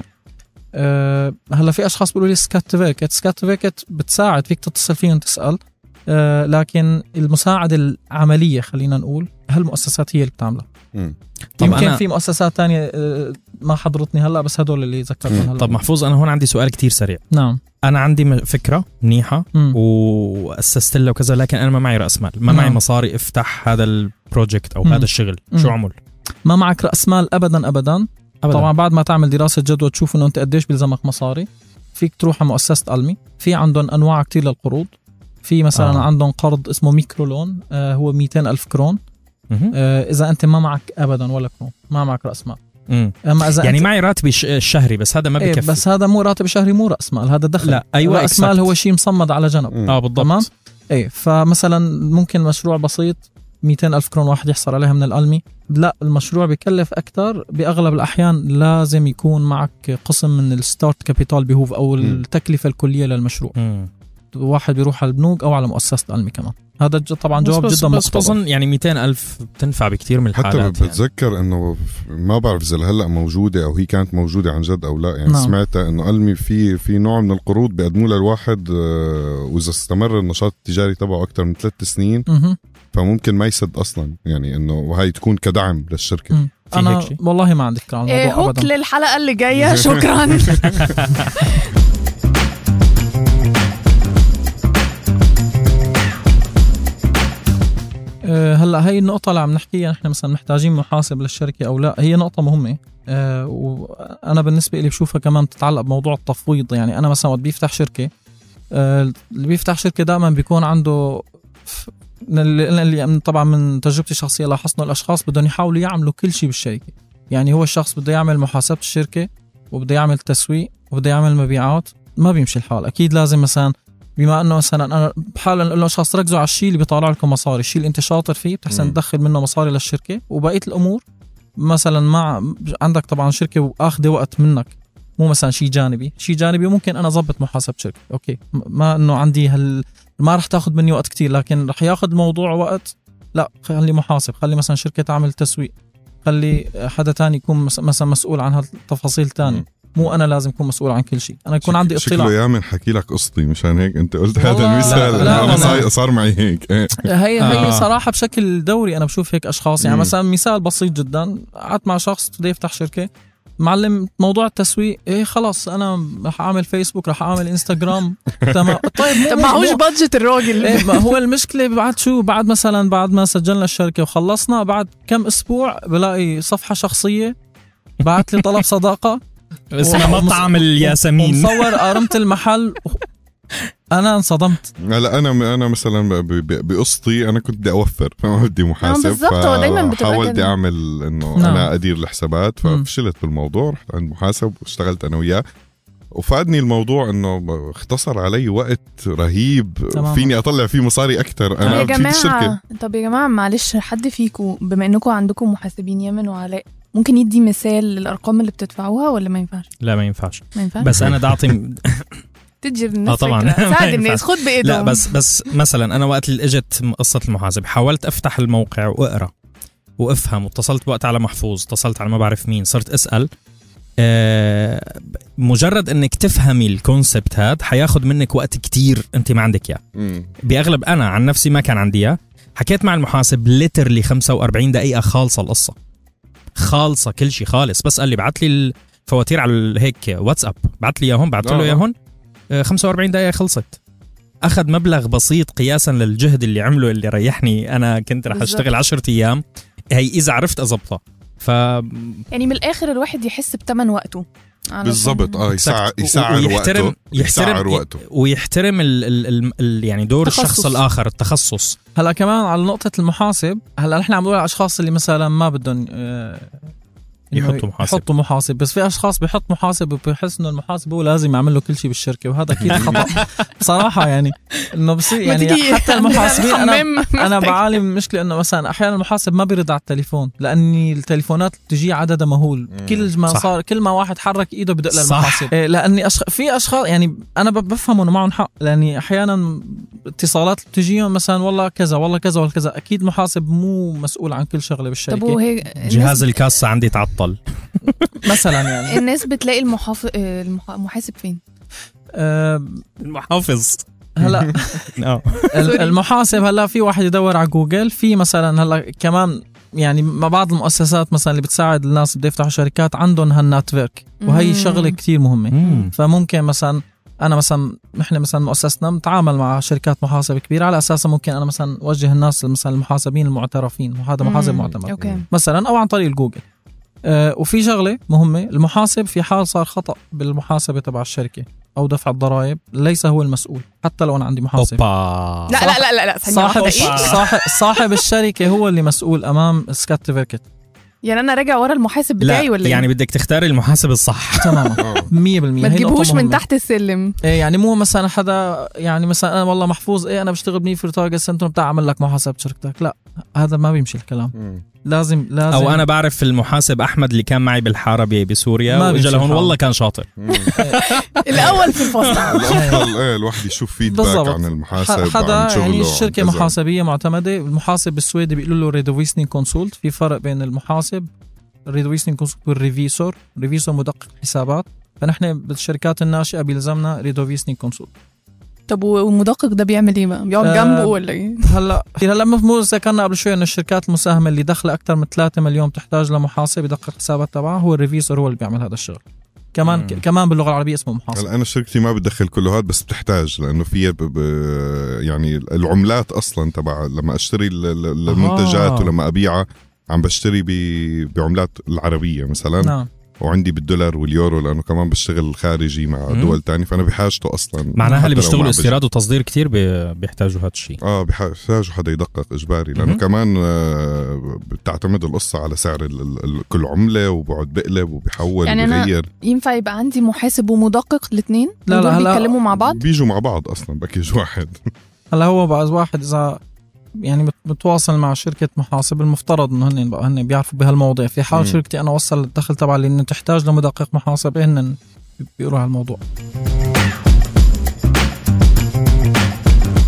أه هلا في أشخاص بيقولوا لي سكاتفيكت سكاتفيكت بتساعد، فيك تتصل فيهم تسأل. أه لكن المساعدة العملية خلينا نقول هالمؤسسات هي اللي بتعملها. يمكن في مؤسسات تانية ما حضرتني هلا، بس هدول اللي ذكرتهم هلا. طب محفوظ أنا هون عندي سؤال كتير سريع. نعم. أنا عندي فكرة منيحة وأسست لها وكذا، لكن أنا ما معي رأس مال، ما نعم. معي مصاري افتح هذا البروجكت أو مم. هذا الشغل. مم. شو عمل؟ ما معك رأس مال أبدا أبدا, أبداً. طبعا بعد ما تعمل دراسة جدوى تشوف إنه أنت قديش بيلزمك مصاري، فيك تروح على مؤسسة ألمي. في عندهم أنواع كتير للقروض. في مثلا آه. عندهم قرض اسمه ميكرو لون، آه هو مئتين ألف كرون. آه إذا أنت ما معك أبدا ولا كرون، ما معك رأس مال. أما إذا يعني معي راتبي الشهري بس هذا ما بكفي. إيه بس هذا مو راتب شهري، مو رأس مال، هذا دخل. لا أيوة رأس مال هو شيء مصمد على جنب. آه بالضبط. تمام. إيه فمثلا ممكن مشروع بسيط مئتين ألف كرون واحد يحصل عليها من الألمي. لا المشروع بيكلف أكتر، بأغلب الأحيان لازم يكون معك قسم من الستارت كابيتال بيهوف أو التكلفة الكلية للمشروع. م. واحد بيروح على البنوك أو على مؤسسة ألمي كمان. هذا طبعا جواب بس جدا بس مقتضب. بس يعني مئتين ألف بتنفع بكتير من الحالات. حتى بتذكر يعني. انه ما بعرف اذا هلا موجوده او هي كانت موجوده عن جد او لا، يعني نعم. سمعت انه ألمي في في نوع من القروض بيقدموا للواحد واذا استمر النشاط التجاري تبعه اكثر من ثلاث سنين م- فممكن ما يسد اصلا، يعني انه وهي تكون كدعم للشركه. م- انا والله ما عندي فكره عن الموضوع. إيه ابدا. هوك للحلقه اللي جايه. شكرا. هلا هي النقطة اللي عم نحكيها نحن، مثلا محتاجين محاسب للشركة أو لا، هي نقطة مهمة. أه وأنا بالنسبة لي بشوفها كمان تتعلق بموضوع التفويض. يعني أنا مثلا وقت بيفتح شركة، أه اللي بيفتح شركة دائما بيكون عنده، اللي طبعا من تجربتي الشخصية لاحظنا الأشخاص بدهم يحاولوا يعملوا كل شيء بالشركة. يعني هو الشخص بده يعمل محاسبة الشركة، وبده يعمل تسويق، وبده يعمل مبيعات. ما بيمشي الحال. أكيد لازم مثلا بما انه مثلا انا بحاول نقول له شخص ركزوا على الشيء اللي بيطلع لكم مصاري، الشيء اللي انت شاطر فيه بتحسن تدخل منه مصاري للشركه، وبقيه الامور مثلا مع عندك طبعا شركه واخذ وقت منك، مو مثلا شيء جانبي. شيء جانبي ممكن انا ضبط محاسبه شركه، اوكي ما انه عندي هال ما راح تاخذ مني وقت كتير، لكن راح ياخذ الموضوع وقت. لا خلي محاسب، خلي مثلا شركه تعمل تسويق، خلي حدا تاني يكون مثلا مسؤول عن هالتفاصيل تاني. مو أنا لازم أكون مسؤول عن كل شيء، أنا يكون عندي اطلاع. شكله يا من حكي لك قصتي مشان هيك أنت قلت هذا والله المثال. لا- لا أنا والله. صار- صار معي هيك. هي هي آه. صراحة بشكل دوري أنا بشوف هيك أشخاص. يعني مم. مثلا مثال بسيط جدا، قعدت مع شخص بده يفتح شركة، معلم موضوع التسويق، إيه خلاص أنا رح أعمل فيسبوك، رح أعمل إنستغرام. تمام. طيب مو- طب مو- معهوش مو- بادجت الراجل. إيه ما هو المشكلة بعد شو، بعد مثلا بعد ما سجلنا الشركة وخلصنا، بعد كم أسبوع بلاقي صفحة شخصية بعت لي طلب صداقة اسمه ومص- مطعم الياسمين. ومصور قارمت المحل. أنا انصدمت. هلا انا انا مثلا ب- ب- بقصتي انا كنت بدي اوفر فما بدي محاسب. بالضبط، هو دايماً بتبقى حاولت كده. اعمل انه نعم. انا ادير الحسابات، مم. ففشلت بالموضوع. رحت عند محاسب واشتغلت انا وياه، وفادني الموضوع انه اختصر علي وقت رهيب. تمام. فيني اطلع فيه مصاري اكثر. طب انا يا في الشركه جماعة طب يا جماعة معلش، حد فيكم بما انكم عندكم محاسبين يمن وعلاء ممكن يدي مثال للأرقام اللي بتدفعوها ولا ما ينفعش؟ لا ما ينفعش. ما ينفعش؟ بس انا بدي اعطي تدي الناس آه طبعاً. فكرة. ما ساعد ينفع. الناس، خد بإيدهم. لا بس بس مثلا انا وقت اللي اجت قصه المحاسب حاولت افتح الموقع واقرا وافهم، واتصلت بوقت على محفوظ، اتصلت على ما بعرف مين، صرت اسال. آه مجرد انك تفهمي الكونسبت هاد حياخد منك وقت كتير انت ما عندك اياه. مم. باغلب انا عن نفسي ما كان عندي اياه. حكيت مع المحاسب ليترلي خمسة وأربعين دقيقه خالصه القصه، خالصه كل شيء خالص. بس قال لي بعت لي الفواتير على هيك واتساب، بعت لي اياهم، بعت له آه. اياهم. آه، خمسة وأربعين دقيقه خلصت. اخذ مبلغ بسيط قياسا للجهد اللي عمله، اللي ريحني. انا كنت رح بالزبط. اشتغل عشرة ايام، هي اذا عرفت اضبطها. ف يعني من الآخر الواحد يحس بتمن وقته. علشان- بالضبط. اه يسعر يسعر ويحترم وقته يحترم يسعر وقته. ويحترم ال ال ال ال يعني دور تخصص. الشخص الاخر، التخصص. هلا كمان على نقطة المحاسب، هلا نحن عم نقول على الأشخاص اللي مثلا ما بدهم آه، إنه يحطوا محاسب. يحطوا محاسب، بس في أشخاص بيحط محاسب وبيحس إنه المحاسب هو لازم يعمل له كل شيء بالشركة، وهذا أكيد خطأ صراحة. يعني إنه بصير ما يعني تيجي حتى المحاسبين أنا الحمام أنا محتاج. بعالم مشكلة إنه مثلا أحيانا المحاسب ما بيرد على التليفون، لأني التليفونات اللي بتجي عددها مهول. كل ما صح. صار كل ما واحد حرك إيده بدق صح. للمحاسب. إيه، لأني أشخ... في أشخاص يعني أنا ب- بفهم إنه معهم حق، لأني أحيانا اتصالات اللي بتجيهم مثلا والله كذا والله كذا والله كذا، أكيد محاسب مو مسؤول عن كل شغلة طب بالشركة وهي جهاز الكاسة عندي تعطل. مثلا. يعني الناس بتلاقي المحاف... المح... المحاسب فين؟ أه المحافظ. هلا آه. ال- المحاسب هلا في واحد يدور على جوجل، في مثلا هلا كمان يعني ما بعض المؤسسات مثلا اللي بتساعد الناس اللي بده يفتحوا شركات عندهم هالنتورك، وهي مم. شغله كتير مهمه. مم. فممكن مثلا انا مثلا نحن مثلا مؤسستنا بنتعامل مع شركات محاسبه كبيره، على اساسها ممكن انا مثلا اوجه الناس مثلا المحاسبين المعترفين، وهذا محاسب مم. معتمد اوكي. مثلا، او عن طريق الجوجل. آه وفي شغله مهمه، المحاسب في حال صار خطا بالمحاسبه تبع الشركه او دفع الضرائب ليس هو المسؤول، حتى لو انا عندي محاسب. اوبا. لا لا لا لا لا ثانية صاحب واحدة. إيه؟ صاحب صاحب الشركه هو اللي مسؤول امام سكاتفيركت. يعني انا راجع ورا المحاسب بتاعي لا ولا يعني إيه؟ بدك تختاري المحاسب الصح. تماما آه. مية بالمية. ما هي تجيبهوش نقطة من مهمة. تحت السلم. إيه يعني مو مثلا حدا يعني مثلا انا والله محفوظ ايه انا بشتغل بني في تارجت سنتر بتاع اعمل لك محاسبه شركتك، لا هذا ما بيمشي الكلام. مم. لازم لازم او انا بعرف المحاسب احمد اللي كان معي بالحاره ب- بسوريا ما واجا بيمشي لهون الحال. والله كان شاطر. مم. الاول في الفصل. الافضل ايه الواحد يشوف فيدباك بالضبط. عن المحاسب حدا عن شغله يعني عن الشركه كذا. محاسبيه معتمده. المحاسب بالسويدي بيقولوا له ريدويسني كونسولت. في فرق بين المحاسب الريدويسني كونسولت والريفيسور. ريفيسور مدقق حسابات، فنحن بالشركات الناشئه بيلزمنا ريدويسني كونسولت. طب والمدقق ده بيعمل ايه بقى؟ بيقعد آه، جنبه ولا ايه؟ هلا هلا مو ذكرنا قبل شوي انه الشركات المساهمه اللي دخلها اكثر من ثلاثة مليون تحتاج لمحاسب يدقق حسابات تبعها، هو الريفيسور هو اللي بيعمل هذا الشغل. كمان مم. ك- كمان باللغه العربيه اسمه محاسب. هلا انا شركتي ما بتدخل كل هاد، بس بتحتاج لانه فيها ب... ب... يعني العملات اصلا تبع لما اشتري ال- ال- المنتجات آه. ولما ابيعها عم بشتري ب... بعملات العربيه مثلا. نعم. وعندي بالدولار واليورو لانه كمان بشتغل خارجي مع مم. دول تاني، فانا بحاجته اصلا. معناها حتى اللي لو بيشتغلوا ما استيراد وتصدير كتير بي- بيحتاجوا هذا الشيء. اه بحاجوا حدا يدقق اجباري، لانه مم. كمان آه بتعتمد القصه على سعر ال ال ال كل عمله، وبقعد بقلب وبحول يعني أنا وبغير. ينفع يبقى عندي محاسب ومدقق الاثنين؟ لا، لا، هلا- بيتكلموا مع بعض؟ بيجوا مع بعض اصلا باكيج واحد. هلا هو بعض واحد اذا يعني مت- متواصل مع شركه محاسب، المفترض انه هن بقى هن بيعرفوا بهالمواضيع. في حال مم. شركتي انا وصل الدخل تبعي لانه تحتاج لمدقق محاسب، هن بيقولوا على الموضوع.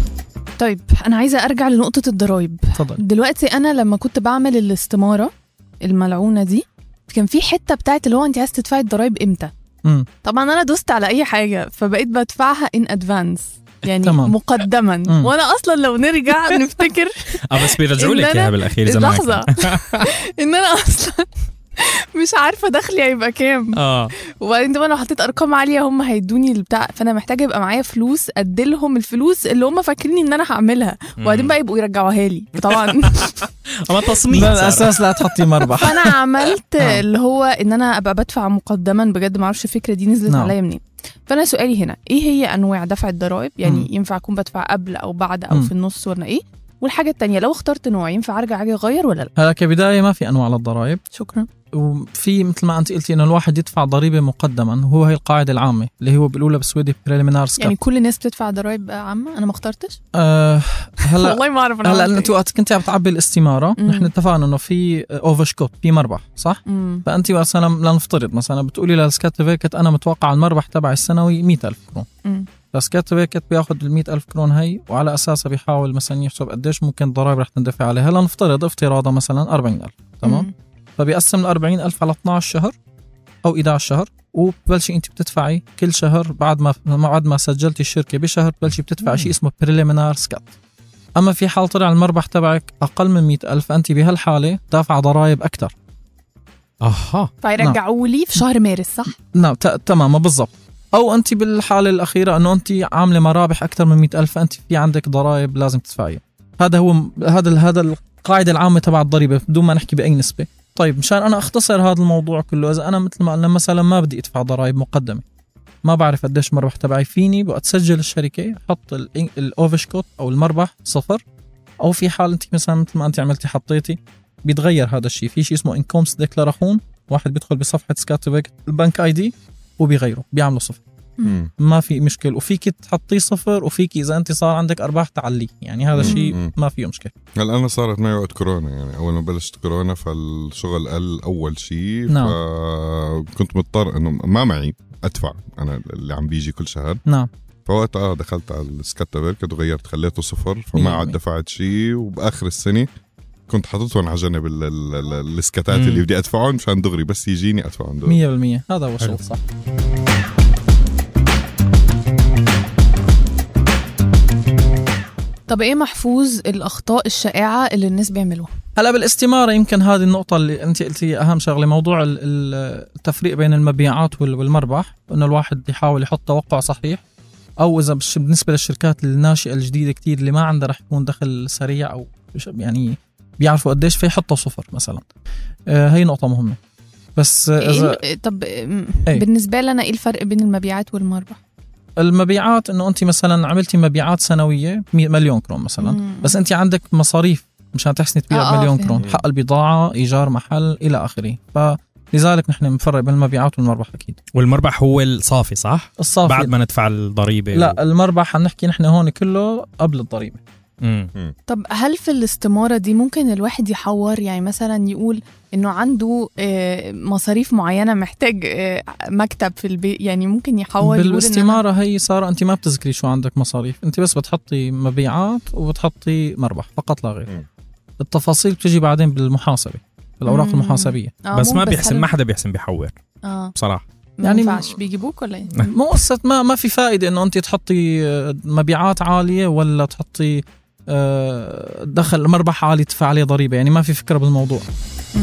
طيب انا عايزه ارجع لنقطه الضرايب. تفضل. دلوقتي انا لما كنت بعمل الاستماره الملعونه دي كان في حته بتاعت اللي هو انت عايز تدفعي الضرايب امتى. مم. طبعا انا دوست على اي حاجه فبقيت بدفعها ان ادفانس يعني تمام. مقدما. مم. وانا اصلا لو نرجع نفتكر اه بس بيرجعوا إن لك أنا- اياها بالاخير زمان. لحظه ان انا اصلا مش عارفه دخلي هيبقى كام. اه وبعدين طبعا لو حطيت ارقام عاليه هم هيدوني البتاع فانا محتاجه يبقى معايا فلوس اديلهم الفلوس اللي هم فاكرين ان انا هعملها وبعدين بقى يبقوا يرجعوها لي طبعا. اما تصميم من صار. الاساس لا تحطي مربح. فانا عملت اللي هو ان انا ابقى بدفع مقدما. بجد ما اعرفش الفكره دي نزلت نعم. عليا منين. فانا سؤالي هنا ايه هي انواع دفع الضرائب يعني مم. ينفع اكون بدفع قبل او بعد او مم. في النص ولا ايه. والحاجه التانية لو اخترت نوع ينفع ارجع اجي اغير ولا لا. هلا كبدايه ما في انواع للضرائب، شكرا. وفي مثل ما انت قلتي انه الواحد يدفع ضريبه مقدما، وهو هي القاعده العامه اللي هو بيقولوا بالسويدي بريليمينار سكات. يعني كل الناس بتدفع ضرائب عامه انا ما اخترتش. آه هلا والله ما اعرف انا هلا عملت انت إيه. وقت كنت عم تعبي الاستماره مم. نحن اتفقنا انه في اوفرشكوت في مربح صح؟ مم. فانت مثلا لنفترض مثلا بتقولي للسكاتفيركت انا متوقع المربح تبعي السنوي مئة ألف كرون. مم. فسكاتفيركت بياخذ ال مئة ألف كرون هي وعلى اساسها بيحاول مثلا يحسب قديش ممكن الضرائب رح تندفع عليها. لنفترض افتراضا مثلا أربعين ألف تمام. مم. فبيقسم ال أربعين ألف على اثنا عشر شهر او إحدى عشر شهر وبتبلشي انت بتدفعي كل شهر بعد ما بعد ما سجلتي الشركه بشهر بتبلشي بتدفعي شيء اسمه بريليمينار سكات. اما في حال طلع المربح تبعك اقل من مئة ألف انت بهالحاله دافعه ضرائب اكثر. اها فيرجعوا لي في شهر مارس صح. نعم ت- تمام بالضبط. او انت بالحاله الاخيره انه انت عامله مرابح اكثر من مئة ألف انت في عندك ضرائب لازم تدفعيها. هذا هو هذا ال- هذا القاعده العامه تبع الضريبه بدون ما نحكي باي نسبه. طيب مشان انا اختصر هذا الموضوع كله، اذا انا مثل ما قلنا مثلا ما بدي ادفع ضرائب مقدمه، ما بعرف قديش المربح تبعي، فيني بقى تسجل الشركه حط الاوفرشكوت او المربح صفر، او في حال انت مثلا مثل ما انت عملتي حطيتي بيتغير هذا الشيء. في شيء اسمه انكومس ديكلاراسيون، واحد بيدخل بصفحه سكاتفيك البنك اي دي وبيغيره بيعملوا صفر، مم. ما في مشكله. وفيك تحطيه صفر، وفيك اذا انت صار عندك ارباح تعليه، يعني هذا مم. شيء مم. ما فيه مشكله. هلا انا صارت معي وقت كورونا، يعني اول ما بلشت كورونا فالشغل قل اول شيء. نعم. فكنت مضطر انه ما معي ادفع انا اللي عم بيجي كل شهر. نعم فوقتها دخلت على السكاتفيركت وغيرت خليته صفر، مية فما عاد بالمية. دفعت شيء. وباخر السنه كنت حاططهم على جنب ال- ال- ال- السكاتات مم. اللي بدي ادفعهم مشان دغري بس يجيني ادفعهم دغري. مية بالمية هذا هو حلو. الشغل صح. طب ايه محفوظ الاخطاء الشائعه اللي الناس بيعملوها؟ هلا بالاستماره يمكن هذه النقطه اللي انت قلتي اهم شغله، موضوع ال- ال- التفريق بين المبيعات وال- والمربح، انه الواحد يحاول يحط توقع صحيح، او اذا بش- بالنسبه للشركات الناشئه الجديده كتير اللي ما عندها رح يكون دخل سريع او بش- يعني بيعرفوا قديش فيحطوا صفر مثلا. آه هي نقطه مهمه. بس آه، اذا إيه طب م- إيه. بالنسبه لنا ايه الفرق بين المبيعات والمربح؟ المبيعات انه انت مثلا عملتي مبيعات سنويه مية مليون كرون مثلا، مم. بس انت عندك مصاريف مشان تحسني تبيع آه، آه، مليون فهمت. كرون، حق البضاعه، ايجار محل الى اخره. فلذلك نحن بنفرق بين المبيعات والمربح اكيد. والمربح هو الصافي صح؟ الصافي بعد ما ندفع الضريبه. لا المربح حنحكي نحن هون كله قبل الضريبه. مم. طب هل في الاستمارة دي ممكن الواحد يحور، يعني مثلا يقول انه عنده آه، مصاريف معينة محتاج آه، مكتب في البيت، يعني ممكن يحور يقول إن أنا- بالاستماره هي صار انت ما بتذكري شو عندك مصاريف، انت بس بتحطي مبيعات وبتحطي مربح فقط لا غير. مم. التفاصيل بتجي بعدين بالمحاسبه، بالاوراق مم. المحاسبيه. آه، بس ما ممكن، بيحسن، هل- ما حدا بيحسن بيحور اه بصراحه. ما يعني ينفعش بيجيبوك ولا ايه؟ مو قصة ما ما في فائدة انه انت تحطي آه، مبيعات عالية ولا تحطي آه، دخل مربح عالي تدفع عليه ضريبة، يعني ما في فكرة بالموضوع. مم.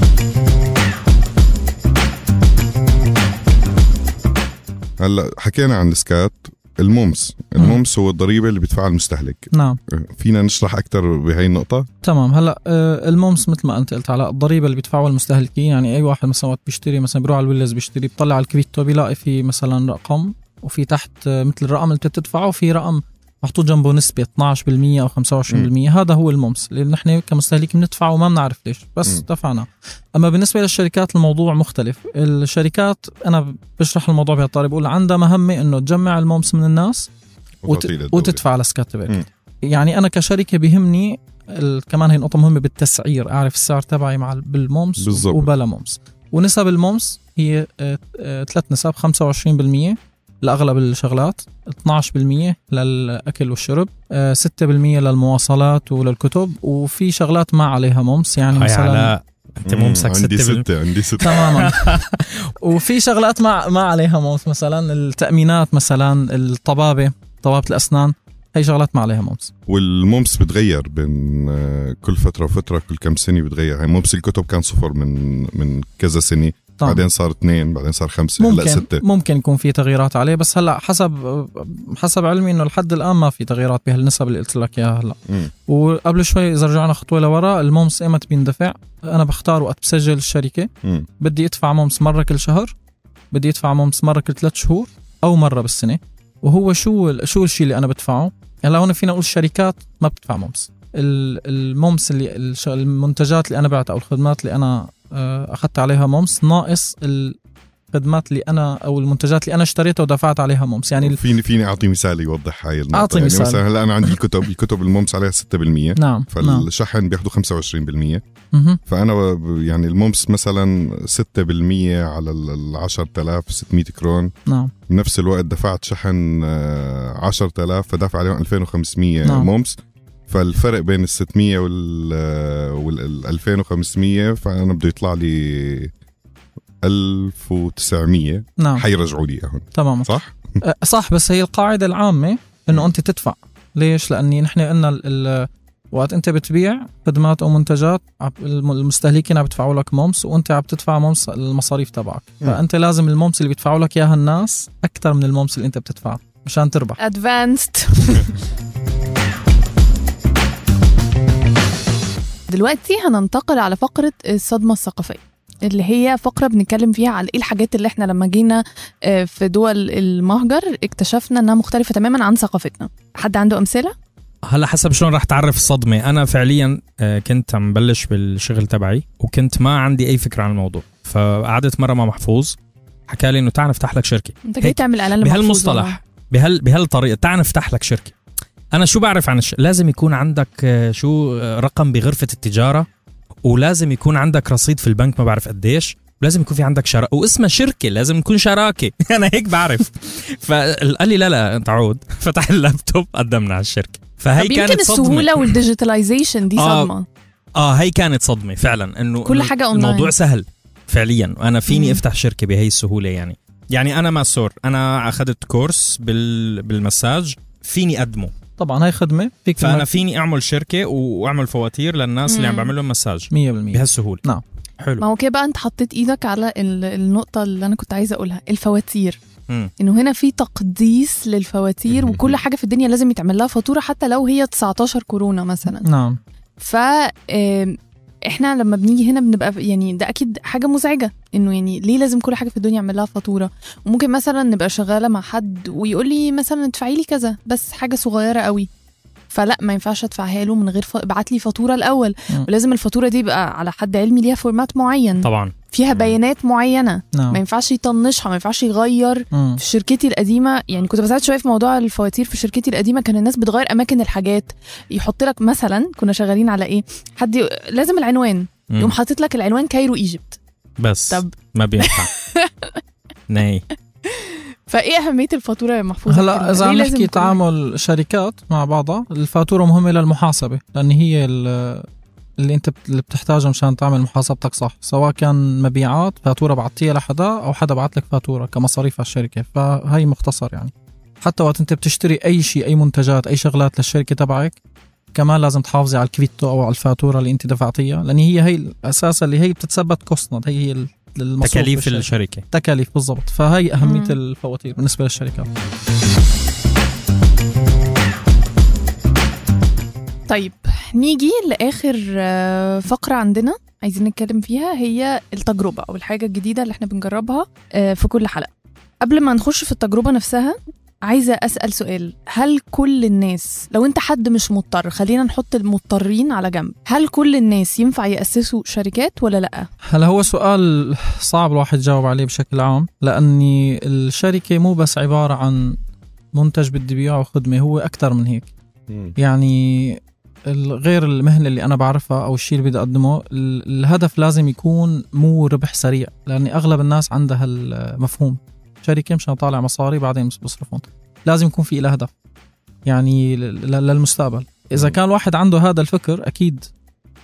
هلا حكينا عن السكات. المومس المومس هو الضريبه اللي بيدفعها المستهلك. نعم فينا نشرح اكثر بهي النقطه؟ تمام. هلا آه، المومس مثل ما انت قلت على الضريبة اللي بيدفعوها المستهلكين، يعني اي واحد مثلا وقت بيشتري مثلا بيروح على الويلز بيشتري بيطلع على الكريبتو بيلاقي في مثلا رقم، وفي تحت آه، مثل الرقم اللي بتدفعه وفي رقم محطوط جنبه نسبة اثني عشر بالمية أو خمسة وعشرين بالمية. هذا هو المومس اللي نحن كمستهلكين بندفعه وما بنعرف ليش، بس م. دفعنا. أما بالنسبة للشركات الموضوع مختلف. الشركات أنا بشرح الموضوع بهالطريقة، بقول عندها مهمة إنه تجمع المومس من الناس وت... وتعطيه للدولة. وتدفع على سكاتفيك. م. يعني أنا كشركة بيهمني ال... كمان هي نقطة مهمة بالتسعير، أعرف السعر تبعي مع ال- بالمومس بالضبط. وبلا مومس. ونسب المومس هي آه، آه، ثلاث نسب، خمسة وعشرين بالمية لأغلب الشغلات، اثني عشر بالمية للأكل والشرب، آه، ستة بالمية للمواصلات وللكتب، وفي شغلات ما عليها مومس. يعني هاي مثلا على انت مومسك عندي ستة بال- ستة عندي ستة تماما. وفي شغلات ما ما عليها مومس، مثلا التأمينات، مثلا الطبابة، طبابة الأسنان، هي شغلات ما عليها مومس. والمومس بتغير بين آه، كل فترة وفترة، كل كم سنة بتغير. يعني مومس الكتب كان صفر من من كذا سنة، طبعا. بعدين صار اثنين، بعدين صار خمسة، هلا ممكن ستة. ممكن يكون في تغييرات عليه، بس هلا حسب حسب علمي انه لحد الان ما في تغييرات بهالنسب اللي قلت لك اياها هلا. مم. وقبل شوي اذا رجعنا خطوه لورا، المومس ايمت بيندفع؟ انا بختار وقت بسجل الشركه، مم. بدي ادفع مومس مره كل شهر، بدي ادفع مومس مره كل ثلاث شهور، او مره بالسنه. وهو شو شو الشيء اللي انا بدفعه؟ هلا هون فينا نقول الشركات ما بتدفع مومس. ال- المومس اللي الش- المنتجات اللي انا بعتها او الخدمات اللي انا آه، اخذت عليها مومس، ناقص الخدمات اللي انا او المنتجات اللي انا اشتريتها ودفعت عليها مومس. يعني ال- فيني فيني اعطي مثال يوضح هاي النقطة. أعطي يعني مثال. مثلا هلا انا عندي الكتب الكتب المومس عليها ستة بالمية، نعم نعم. فالشحن بياخدوا خمسة وعشرين بالمية. مهم. فانا ب- يعني المومس مثلا ستة بالمية على ال عشرة آلاف وستمية كرون. نعم بنفس الوقت دفعت شحن آه، عشرة آلاف، فدافع عليهم ألفين وخمسمية نعم. مومس. فالفرق بين ال ستمية وال وال ألفين وخمسمية، فانا بده يطلع لي ألف وتسعمية. نعم حيرجعوا لي اياهم، تماما صح؟ أه، صح. بس هي القاعدة العامة انه انت تدفع. ليش؟ لاني نحن قلنا ال- ال- وقت انت بتبيع خدمات او منتجات، عم- الم- المستهلكين عم بيدفعوا لك مومس، وانت عم تدفع مومس المصاريف تبعك. مم. فانت لازم المومس اللي بيدفعوا لك اياها الناس اكثر من المومس اللي انت بتدفعه مشان تربح. ادفانسد. دلوقتي هننتقل على فقرة الصدمة الثقافية، اللي هي فقرة بنتكلم فيها على ايه الحاجات اللي احنا لما جينا آه، في دول المهجر اكتشفنا انها مختلفة تماما عن ثقافتنا. حد عنده امثلة؟ هلا حسب شلون راح تعرف الصدمة. أنا فعليا آه، كنت عم بلش بالشغل تبعي وكنت ما عندي أي فكرة عن الموضوع، فقعدت مرة مع محفوظ حكى لي إنه تعال نفتح لك شركة. انت جاي هيك تعمل اعلان لمحفوظ بهالمصطلح والله. بهال بهالطريقة، تعال نفتح لك شركة. أنا شو بعرف عن الش... لازم يكون عندك آه، شو آه، رقم بغرفة التجارة، ولازم يكون عندك رصيد في البنك ما بعرف قديش، ولازم يكون في عندك شراكة واسمها شركة، لازم نكون شراكة. أنا هيك بعرف. فقال لي لا لا تعود. فتح اللابتوب قدمنا على الشركة. فهي طب كانت يمكن صدمة. السهولة والديجيتاليزيشن دي آه، صدمة. اه هي كانت صدمة فعلا، انه كل إنه حاجة أونلاين. الموضوع سهل فعليا، وانا فيني مم. افتح شركة بهي السهولة. يعني يعني انا ماسور، انا اخذت كورس بال بالمساج، فيني اقدمه. طبعا هاي خدمة فيك فانا إنك فيني اعمل شركة واعمل فواتير للناس اللي عم مم. بعمل لهم مساج مية بالمية. بهالسهولة. نعم. حلو. ما هو كده بقى انت حطيت ايدك على ال- النقطة اللي انا كنت عايزة اقولها، الفواتير. مم. انه هنا في تقديس للفواتير، وكل حاجة في الدنيا لازم يتعمل لها فاتورة حتى لو هي تسعتاشر كورونا مثلا. نعم ف آم، احنا لما بنيجي هنا بنبقى يعني ده اكيد حاجة مزعجة، انه يعني ليه لازم كل حاجة في الدنيا يعمل لها فاتورة. وممكن مثلا نبقى شغالة مع حد ويقول لي مثلا ادفعي لي كذا، بس حاجة صغيرة قوي، فلا ما ينفعش ادفعها له من غير ف... ابعت لي فاتورة الاول. مم. ولازم الفاتورة دي يبقى على حد علمي ليها فورمات معين، طبعا. فيها بيانات معينة، ما نعم ينفعش يطنشها، ما ينفعش يغير. مم. في شركتي القديمة يعني كنت بساعد شوية في موضوع الفواتير. في شركتي القديمة كان الناس بتغير أماكن الحاجات، يحط لك مثلا، كنا شغالين على إيه، حد ي... لازم العنوان، مم. يقوم حاطط لك العنوان كايرو إيجيبت. بس طب ما بينفع. ناي. فإيه أهمية الفاتورة يا محفوظ؟ هلا اذا عم نحكي تعامل شركات مع بعضها، الفاتوره مهمه للمحاسبه، لان هي ال- اللي انت بت- اللي بتحتاجها مشان تعمل محاسبتك صح. سواء كان مبيعات فاتوره بعتيها لحدا، او حدا بعت لك فاتوره كمصاريف على الشركه. فهي مختصر يعني. حتى وقت انت بتشتري اي شيء، اي منتجات، اي شغلات للشركه تبعك، كمان لازم تحافظي على الكفيتو او على الفاتوره اللي انت دفعتيها، لان هي هي الاساس اللي هي بتتثبت كوستنا، هي هي ال- المصروف تكاليف بالشركة. الشركة. تكاليف بالضبط. فهي أهمية مم. الفواتير بالنسبة للشركات. طيب نيجي لآخر آه، فقرة عندنا عايزين نتكلم فيها، هي التجربة أو الحاجة الجديدة اللي احنا بنجربها آه، في كل حلقة. قبل ما نخش في التجربة نفسها عايزة أسأل سؤال، هل كل الناس، لو انت حد مش مضطر، خلينا نحط المضطرين على جنب، هل كل الناس ينفع يأسسوا شركات ولا لأ؟ هلا هو سؤال صعب الواحد يجاوب عليه بشكل عام، لأني الشركة مو بس عبارة عن منتج بدي بيعه وخدمة، هو أكتر من هيك. مم. يعني غير المهنة اللي أنا بعرفها أو الشيء اللي بدي أقدمه، ال- الهدف لازم يكون مو ربح سريع، لأن أغلب الناس عندها المفهوم شركة مشان طالع مصاري بعدين بصرفون. لازم يكون في إلى هدف يعني ل- ل- للمستقبل. إذا كان الواحد عنده هذا الفكر، أكيد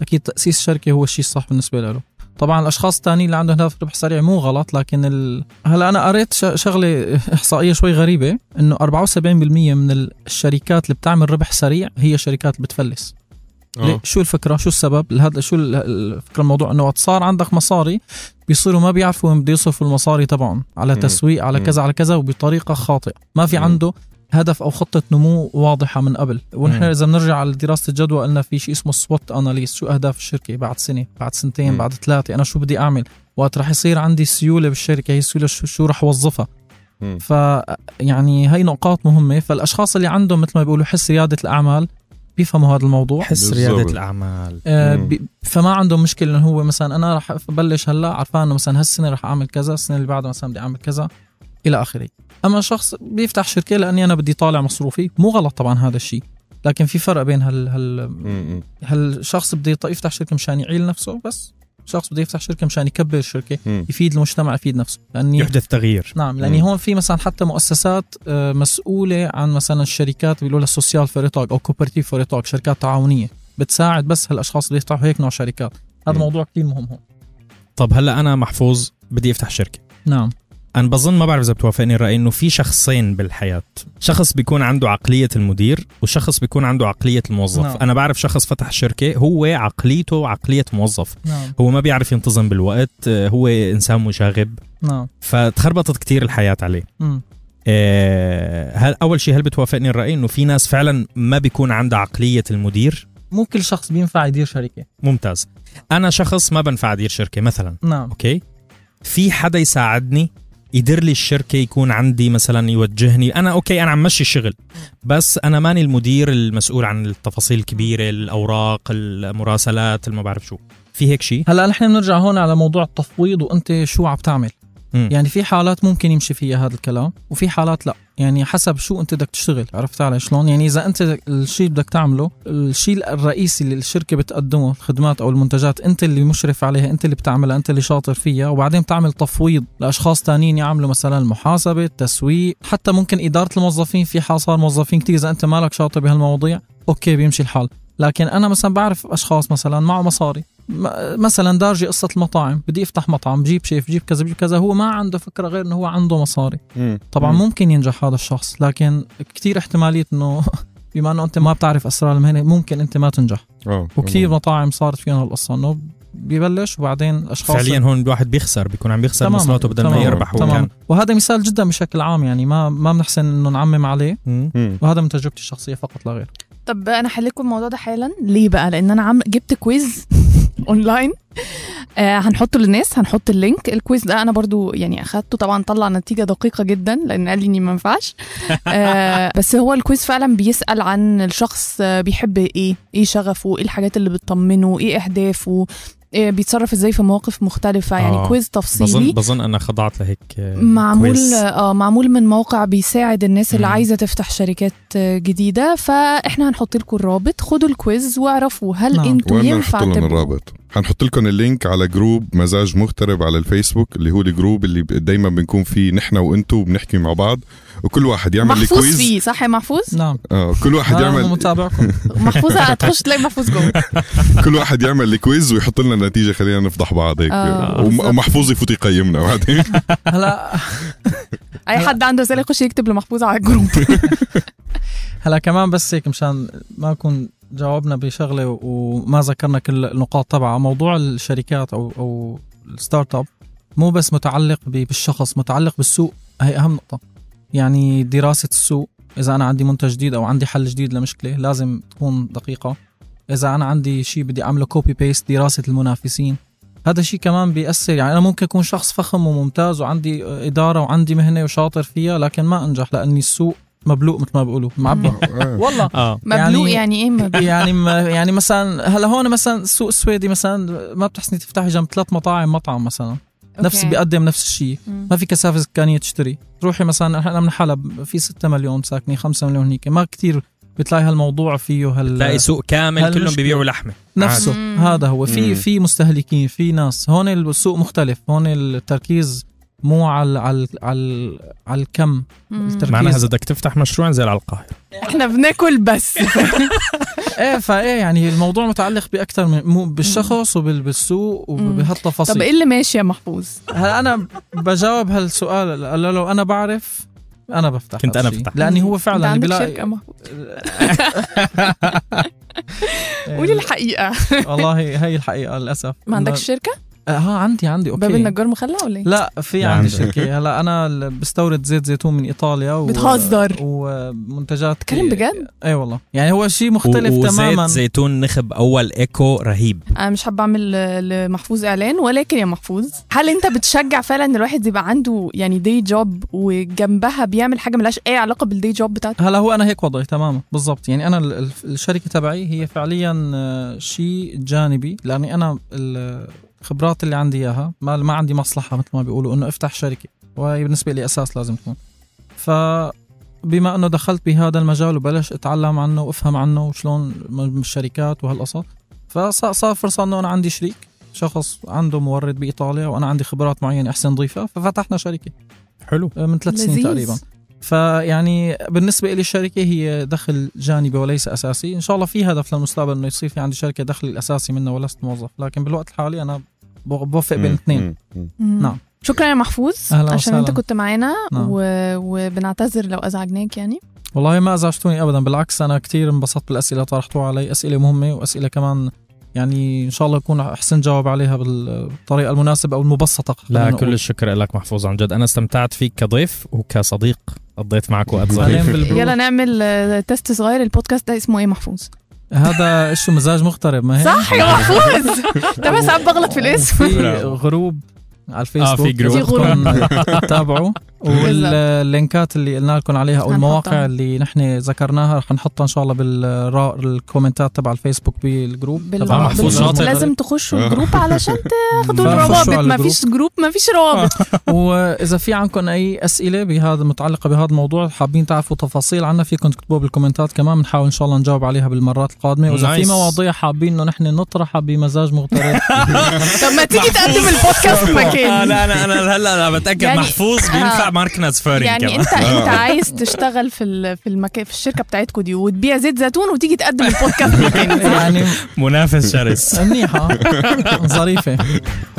اكيد تاسيس شركه هو الشيء الصح بالنسبه له. طبعا الاشخاص الثانيين اللي عندهم هدف ربح سريع مو غلط، لكن ال... هلا انا قريت شغله احصائيه شوي غريبه انه أربعة وسبعين بالمية من الشركات اللي بتعمل ربح سريع هي شركات اللي بتفلس. آه. شو الفكره؟ شو السبب؟ هذا شو الفكره؟ الموضوع انه وقت صار عندك مصاري بيصيروا ما بيعرفوا وين بده يصرفوا المصاري طبعا على تسويق على كذا على كذا وبطريقه خاطئه، ما في عنده هدف او خطه نمو واضحه من قبل. ونحن اذا بنرجع على دراسه الجدوى قلنا في شيء اسمه سوت اناليست، شو اهداف الشركه بعد سنه بعد سنتين م. بعد ثلاثه، انا شو بدي اعمل وقت رح يصير عندي سيوله بالشركه، هي سيوله شو, شو رح اوظفها. ف يعني هي نقاط مهمه. فالاشخاص اللي عندهم مثل ما بيقولوا حس رياده الاعمال بيفهموا هذا الموضوع، حس رياده الاعمال آه بي فما عندهم مشكله انه هو مثلا انا رح ابلش هلا عرفان انه مثلا هالسنه رح اعمل كذا، السنه اللي بعدها مثلا بدي اعمل كذا الى اخره. اما شخص بيفتح شركه لاني انا بدي طالع مصروفي، مو غلط طبعا هذا الشيء، لكن في فرق بين هال هال هالشخص بده يفتح شركه مشان يعيل نفسه، بس شخص بده يفتح شركه مشان يكبر الشركه، يفيد المجتمع يفيد نفسه، لاني يحدث تغيير. نعم، لاني هون في مثلا حتى مؤسسات مسؤوله عن مثلا الشركات بيقولوا لها سوسيال فوريتاج او كوبرتيف فوريتاج، شركات تعاونيه بتساعد بس هالاشخاص اللي يفتحوا هيك نوع شركات. هذا موضوع كثير مهم هون. طب هلا انا محفوظ بدي افتح شركه. نعم. أنا بظن ما بعرف إذا بتوافقني الرأي إنه في شخصين بالحياة، شخص بيكون عنده عقلية المدير وشخص بيكون عنده عقلية الموظف. نعم. أنا بعرف شخص فتح شركة هو عقليته عقلية موظف. نعم. هو ما بيعرف ينتظم بالوقت، هو إنسان مشاغب. نعم. فتخربطت كتير الحياة عليه. آه هل أول شيء هل بتوافقني الرأي إنه في ناس فعلا ما بيكون عندها عقلية المدير؟ مو كل شخص بينفع يدير شركة. ممتاز. أنا شخص ما بنفع أدير شركة مثلا. نعم. أوكي. في حدا يساعدني يدير لي الشركة، يكون عندي مثلا يوجهني. أنا أوكي أنا عم مشي الشغل، بس أنا ماني المدير المسؤول عن التفاصيل الكبيرة، الأوراق، المراسلات، ما بعرف شو. في هيك شيء. هلأ نحن بنرجع هون على موضوع التفويض وأنت شو عم تعمل. م. يعني في حالات ممكن يمشي فيها هذا الكلام وفي حالات لا، يعني حسب شو أنت بدك تشتغل. عرفت علي شلون؟ يعني إذا أنت الشيء بدك تعمله، الشيء الرئيسي اللي الشركة بتقدمه، الخدمات أو المنتجات، أنت اللي مشرف عليها، أنت اللي بتعملها، أنت اللي شاطر فيها، وبعدين بتعمل تفويض لأشخاص تانيين يعملوا مثلا المحاسبة، التسويق، حتى ممكن إدارة الموظفين. في حصار موظفين كتير، إذا أنت مالك شاطر بهالمواضيع أوكي بيمشي الحال. لكن أنا مثلا بعرف أشخاص مثلا معه مصاري، مثلا دارجي قصة المطاعم، بدي افتح مطعم، بجيب شيف، بجيب كذا بجيب كذا، هو ما عنده فكرة غير انه هو عنده مصاري. مم. طبعا مم. ممكن ينجح هذا الشخص، لكن كتير احتمالية انه بما انه انت ما بتعرف اسرار المهنة ممكن انت ما تنجح. أوه. وكتير أوه. مطاعم صارت فيها هالقصة انه بيبلش وبعدين اشخاص فعليا هون الواحد بيخسر، بيكون عم بيخسر مصلاته بدل ما يربح. تمام. وهذا مثال جدا بشكل عام، يعني ما ما بنحسن انه نعمم عليه. مم. وهذا من تجربتي الشخصية فقط لا غير. طب انا حلكم الموضوع ده حالا. ليه بقى؟ لان انا عم جبت كويز اونلاين، آه هنحطه للناس، هنحط اللينك. الكويز ده انا برضو يعني اخدته، طبعا طلع نتيجة دقيقة جدا لان قال لي اني ما ينفعش. آه بس هو الكويز فعلا بيسأل عن الشخص بيحب ايه، ايه شغفه، ايه الحاجات اللي بتطمنه، ايه اهدافه، بيتصرف ازاي في مواقف مختلفة. يعني آه. كويز تفصيلي. بظن بظن انا خضعت لهيك معمول اه معمول من موقع بيساعد الناس اللي مم. عايزة تفتح شركات جديدة. فاحنا هنحط لكم الرابط، خدوا الكويز واعرفوا هل نعم. انتوا ينفع تبقوا. الرابط هنحط لكم اللينك على جروب مزاج مغترب على الفيسبوك، اللي هو الجروب اللي دايما بنكون فيه نحن وانتو بنحكي مع بعض، وكل واحد يعمل لي محفوظ كويز فيه. صح يا محفوظ؟ نعم. اه كل واحد يعمل متابعكم. محفوظ هتخش تلاقي محفوظ جوه. كل واحد يعمل لي كويز ويحط لنا النتيجة، خلينا نفضح بعض هيك. آه. ومحفوظ يفوت يقيمنا بعدين. هلا اي حد عنده رسالة يخش يكتب لمحفوظ على الجروب. هلا كمان بس هيك مشان ما نكون جاوبنا بشغله وما ذكرنا كل النقاط تبعها. موضوع الشركات او او الستارت اب مو بس متعلق بالشخص، متعلق بالسوق. هي اهم نقطه. يعني دراسه السوق، اذا انا عندي منتج جديد او عندي حل جديد لمشكله لازم تكون دقيقه. اذا انا عندي شيء بدي اعمله كوبي بيست، دراسه المنافسين، هذا شيء كمان بيأثر. يعني انا ممكن اكون شخص فخم وممتاز وعندي اداره وعندي مهنه وشاطر فيها، لكن ما انجح لاني السوق مبلوق مثل ما بيقولوا، معبى. والله اه مبلوق. يعني ايه مبلوق؟ يعني يعني مثلا هلا هون مثلا السوق السويدي مثلا ما بتحسني تفتحي جنب ثلاث مطاعم مطعم مثلا نفس بيقدم نفس الشيء، ما في كثافه سكانيه تشتري. تروحي مثلا احنا من حلب في ستة مليون ساكنين، خمسة مليون هنيك، ما كتير بتلاقي هالموضوع فيه هال تلاقي سوق كامل كلهم بيبيعوا لحمه نفسه. مم. هذا هو في مم. في مستهلكين، في ناس. هون السوق مختلف، هون التركيز مو على على على, على الكم التركيز. معناها إذا بدك تفتح مشروع انزل على القاهرة. احنا بناكل بس. ايه فايه يعني الموضوع متعلق باكثر من مو بالشخص وبالسوق وبهالتفاصيل. طب ايه اللي ماشي يا محفوظ؟ هلا انا بجاوب هالسؤال لو انا بعرف انا بفتح. كنت انا بفتح لاني هو فعلا اللي بلاقي شركة محفوظ. قولي الحقيقة. والله هي الحقيقة للأسف. ما عندكش شركة؟ اه ها عندي عندي اوكي. باب النجار مخلع ولا ايه؟ لا في عندي شركة. هلا انا بستورد زيت زيتون من ايطاليا و... بتهزر ومنتجات كريم بجد؟ اي والله يعني هو شيء مختلف و... تماما. وزيت زيتون نخب اول ايكو رهيب. انا مش حابة اعمل لمحفوظ اعلان، ولكن يا محفوظ هل انت بتشجع فعلا ان الواحد يبقى عنده يعني دي جوب وجنبها بيعمل حاجة ملهاش اي علاقة بالدي جوب بتاعته؟ هلا هو انا هيك وضعي تماما بالضبط. يعني انا الشركة تبعي هي فعليا شيء جانبي، لاني انا الخبرات اللي عندي اياها ما ما عندي مصلحه مثل ما بيقولوا انه افتح شركه، وهي بالنسبه لي اساس لازم تكون. فبما انه دخلت بهذا المجال وبلش اتعلم عنه وافهم عنه وشلون الشركات وهالقصص، فصار فرصه انه انا عندي شريك شخص عنده مورد بايطاليا وانا عندي خبرات معينه احسن نضيفها، ففتحنا شركه. حلو. من ثلاث سنين تقريبا. فيعني بالنسبة لي الشركة هي دخل جانبي وليس أساسي. إن شاء الله في هدف للمستقبل إنه يصير في عندي شركة دخل الأساسي منها ولست موظف، لكن بالوقت الحالي أنا بوفق بين الاثنين. نعم. شكرا يا محفوظ عشان وسهلا. أنت كنت معنا. نعم. و... وبنعتذر لو أزعجناك يعني. والله ما أزعجتوني أبدا، بالعكس أنا كتير انبسطت بالأسئلة طرحتوها علي، أسئلة مهمة وأسئلة كمان يعني إن شاء الله يكون أحسن جواب عليها بالطريقة المناسبة أو المبسطة. لا كل الشكر لك محفوظ، عن جد أنا استمتعت فيك كضيف وكصديق، قضيت معك وقت ظريف. يلا نعمل تست صغير. البودكاست ده اسمه إيه محفوظ؟ هذا إيش مزاج مغترب. ما هي صح يا محفوظ. ده بس عم بغلط في الاسم. في غروب على الفيسبوك. آه في جروب تابعوا، واللينكات اللي قلنا لكم عليها او المواقع اللي نحن ذكرناها رح نحطها ان شاء الله بالكومنتات تبع الفيسبوك بالجروب تبع محفوظ شاطر. لازم تخشوا الجروب علشان تاخذوا الروابط. ما فيش جروب ما فيش روابط. واذا في عندكم اي اسئله بهذا متعلقه بهذا الموضوع حابين تعرفوا تفاصيل عنها فيكم تكتبوها بالكومنتات كمان، بنحاول ان شاء الله نجاوب عليها بالمرات القادمه. واذا في مواضيع حابين انه نحن نطرحها بمزاج مغترب طب ما تيجي تقدم البودكاست مكان. لا انا انا هلا انا بتاكد يعني محفوظ بينفع ماركتنج فارين يعني كمان. انت انت عايز تشتغل في في المكان في الشركه بتاعتكم دي وتبيع زيت زيتون وتيجي تقدم البودكاست مكان. يعني منافس شرس. منيحه ظريفه.